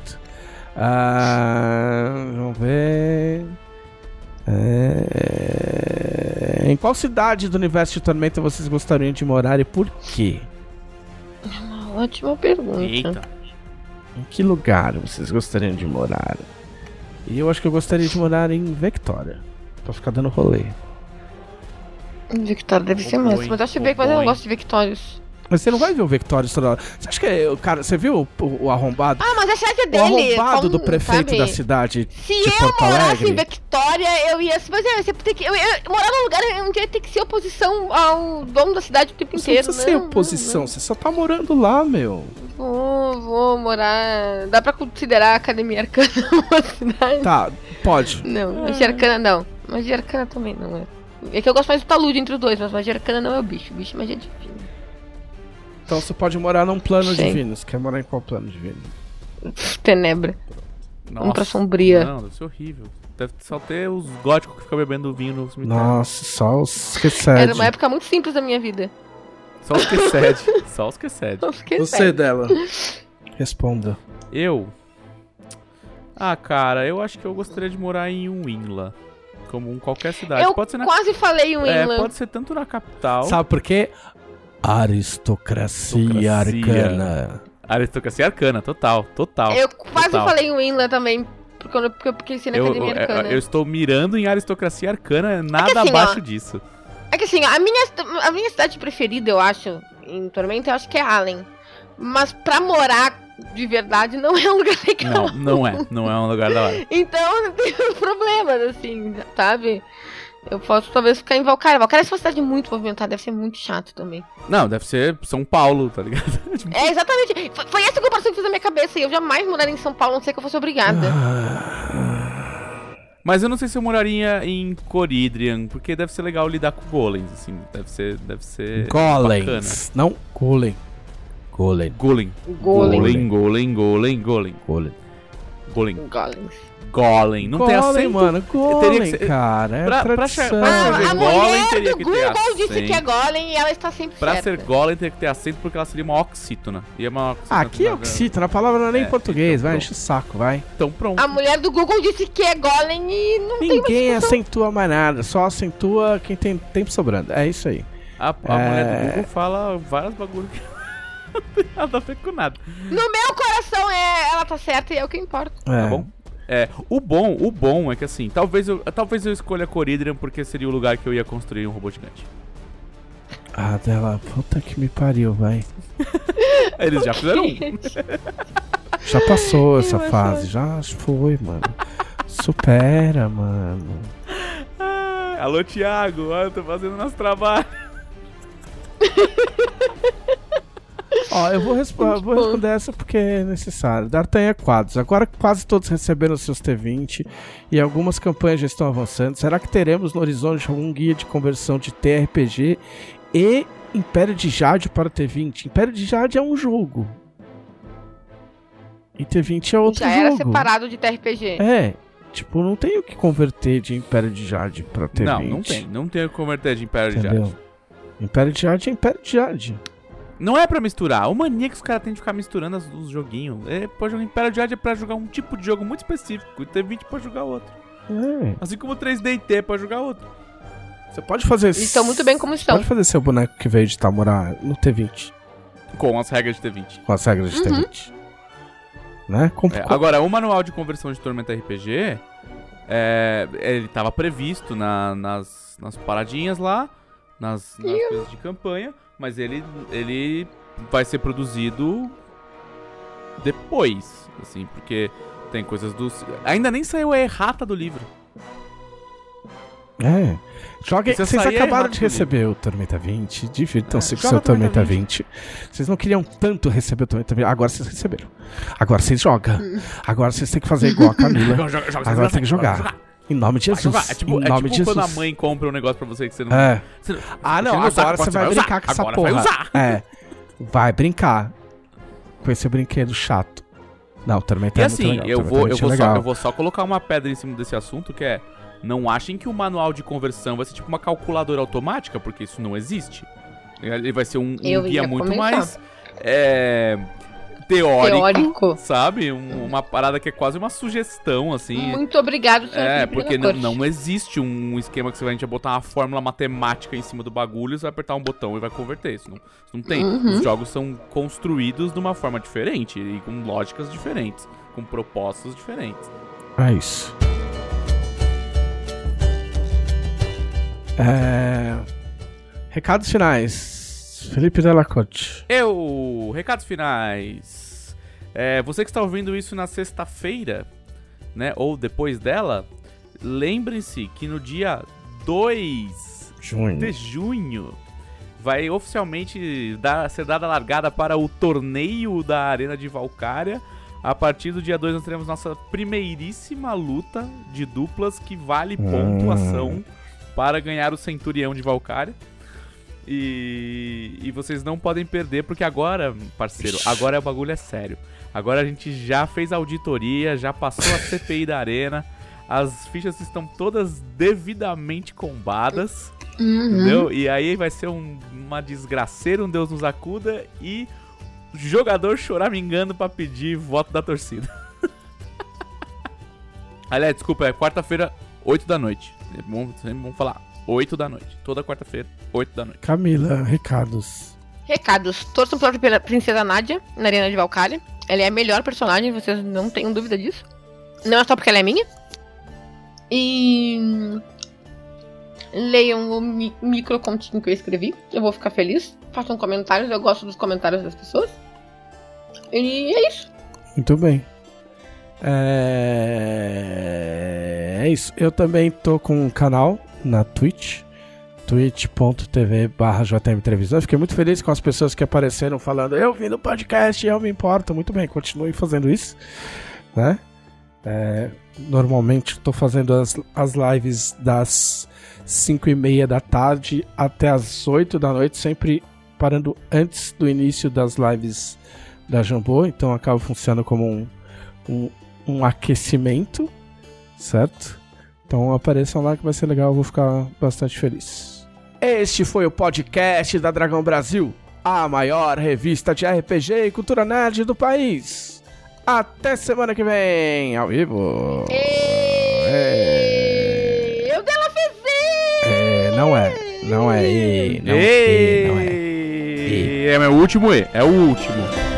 Vamos ver... Em qual cidade do universo de Tormenta vocês gostariam de morar e por quê? Uma ótima pergunta. Eita. Em que lugar vocês gostariam de morar? E eu acho que eu gostaria de morar em Victoria, pra ficar dando rolê. Victoria deve ser massa, mas eu acho bem que eu não gosto de Victórios. Mas você não vai ver o Victorious toda hora. Você acha que, cara, você viu o arrombado? Ah, mas a cidade é O dele. arrombado do prefeito da cidade Se de Porto eu morasse Alegre? em Victoria, eu ia... Mas você tem que... Eu morar num lugar onde ia ter que ser oposição ao dono da cidade o tempo Você inteiro. não precisa ser oposição, você só tá morando lá, meu. Vou morar... Dá pra considerar a Academia Arcana uma cidade? Tá, pode. Não, achei Arcana não. Magia arcana também não é. É que eu gosto mais do talude entre os dois, mas magia arcana não é o bicho. O bicho é magia divina. Então você pode morar num plano Sim. divino. Você quer morar em qual plano divino? Tenebra. Nossa, Vamos pra sombria. Não, deve ser horrível. Deve só ter os góticos que ficam bebendo vinho no cemitério. Nossa, só os que cede. Era uma época muito simples da minha vida. Só os que cede. Só os que cede. Eu fiquei Você, sério. dela. Responda. Eu? Ah, cara, eu acho que eu gostaria de morar em Winla. Como em qualquer cidade. Eu Pode ser na... quase falei um Inland. pode ser tanto na capital. Sabe por quê? Aristocracia arcana. Aristocracia arcana, total. Eu quase total. falei um Inland também. Porque eu fiquei na academia arcana. Eu estou mirando em aristocracia arcana, nada assim, abaixo ó, disso. É que assim, a minha cidade preferida, eu acho, em Tormenta, eu acho que é Allen. Mas pra morar de verdade não é um lugar legal. Não é um lugar da hora. Então tem uns problemas, assim, sabe? Eu posso talvez ficar em Valkyria. Valkyria é uma cidade muito movimentada, deve ser muito chato também. Não, deve ser São Paulo, tá ligado? É, exatamente. Foi essa comparação que fiz na minha cabeça. E eu jamais moraria em São Paulo, a não ser que eu fosse obrigada. Mas eu não sei se eu moraria em Coridrian, porque deve ser legal lidar com golems, assim. Deve ser Golems. Não, golem. Golem. Golem. Golem. Não tem acento. Mano, golem, Teria que ser- cara. É pra tradição. ser A golem, mulher teria do que ter Google disse acento. que é golem e ela está sempre Pra certa. ser golem, teria que ter acento porque ela seria uma oxítona. E é uma oxítona. Aqui é oxítona, a palavra não é nem em português, então vai, pronto. enche o saco, vai. Então pronto. A mulher do Google disse que é golem e não tem Ninguém acentua mais nada, só acentua quem tem tempo sobrando. É isso aí. A mulher do Google fala vários bagulho que não tem nada a ver com nada. No meu coração ela tá certa e é o que importa. Tá bom? O bom é que assim, talvez eu escolha Coridrian porque seria o lugar que eu ia construir um robô gigante. Ah, dela, puta que me pariu, vai. Eles já fizeram um. Já passou essa fase, já foi, mano. Supera, mano. Alô, Thiago, eu tô fazendo nosso trabalho. Ó, eu vou responder essa porque é necessário. D'Artagnan quadros. Agora quase todos receberam seus T20 e algumas campanhas já estão avançando. Será que teremos no horizonte algum guia de conversão de TRPG e Império de Jade para T20? Império de Jade é um jogo. E T20 é outro Já jogo. era separado de TRPG. É, tipo, não tem o que converter de Império de Jade pra T20. Não tem o que converter de Império de Entendeu? Jade. Império de Jade é Império de Jade. Não é pra misturar. O mania que os caras têm de ficar misturando os joguinhos. Pode jogar Império de Jade é pra jogar um tipo de jogo muito específico. E T20 pode jogar outro. É. Assim como o 3D&T pode jogar outro. Você pode fazer... Eles estão muito bem como estão. Pode fazer seu boneco que veio de morar no T20. Com as regras de T20. Com as regras de T20. Né? Agora, o manual de conversão de Tormenta RPG, ele tava previsto nas paradinhas lá, nas coisas de campanha, mas ele vai ser produzido depois, assim, porque tem coisas dos... Ainda nem saiu a errata do livro. Vocês acabaram de receber o Tormenta 20. Divirtam-se com o seu Tormenta 20. Vocês não queriam tanto receber o Tormenta 20. Agora vocês receberam. Agora vocês jogam. Agora vocês têm que fazer igual a Camila. Agora tem que jogar. Em nome de Jesus. É tipo quando a mãe compra um negócio pra você que você não... Você não, agora você vai brincar com essa porra. Vai usar. Vai brincar com esse brinquedo chato. Não, o Tormenta é muito legal. Eu vou só colocar uma pedra em cima desse assunto, que é... Não achem que o manual de conversão vai ser tipo uma calculadora automática, porque isso não existe. Ele vai ser um guia muito mais teórico, sabe? Uma parada que é quase uma sugestão, assim. Muito obrigado, senhor. Porque não existe um esquema que você vai botar uma fórmula matemática em cima do bagulho, você vai apertar um botão e vai converter. Isso não tem. Os jogos são construídos de uma forma diferente, e com lógicas diferentes, com propostas diferentes. É isso. Recados finais. Felipe Delacorte. Recados finais. Você que está ouvindo isso na sexta-feira, né, ou depois dela, lembrem-se que no dia 2 de junho vai oficialmente ser dada a largada para o torneio da Arena de Valkyria, A partir do dia 2 nós teremos nossa primeiríssima luta de duplas que vale pontuação para ganhar o Centurião de Valkyria. E vocês não podem perder, porque agora, parceiro, agora o bagulho é sério. Agora a gente já fez a auditoria, já passou a CPI da Arena, as fichas estão todas devidamente combadas, entendeu? E aí vai ser uma desgraceira, um Deus nos acuda e jogador choramingando pra pedir voto da torcida. Aliás, desculpa, é quarta-feira, 8 da noite. Vamos falar, 8 da noite. Toda quarta-feira, 8 da noite. Camila, recados. Recados. Torçam pela Princesa Nádia na Arena de Valkyria. Ela é a melhor personagem, vocês não tenham dúvida disso. Não é só porque ela é minha. E leiam o microcontinho que eu escrevi. Eu vou ficar feliz. Façam comentários, eu gosto dos comentários das pessoas. E é isso. Muito bem. É isso. Eu também tô com um canal na Twitch, twitch.tv/JM Televisão. Fiquei muito feliz com as pessoas que apareceram falando: eu vi no podcast, eu me importo. Muito bem, continue fazendo isso, né? Normalmente estou fazendo as lives das 5:30 da tarde até as 8 da noite, sempre parando antes do início das lives da Jambô, então acaba funcionando como um aquecimento, certo? Então apareçam lá que vai ser legal, eu vou ficar bastante feliz. Este foi o podcast da Dragão Brasil, a maior revista de RPG e cultura nerd do país. Até semana que vem, ao vivo. Eu dela fiz. Não é. É meu último E, é o último.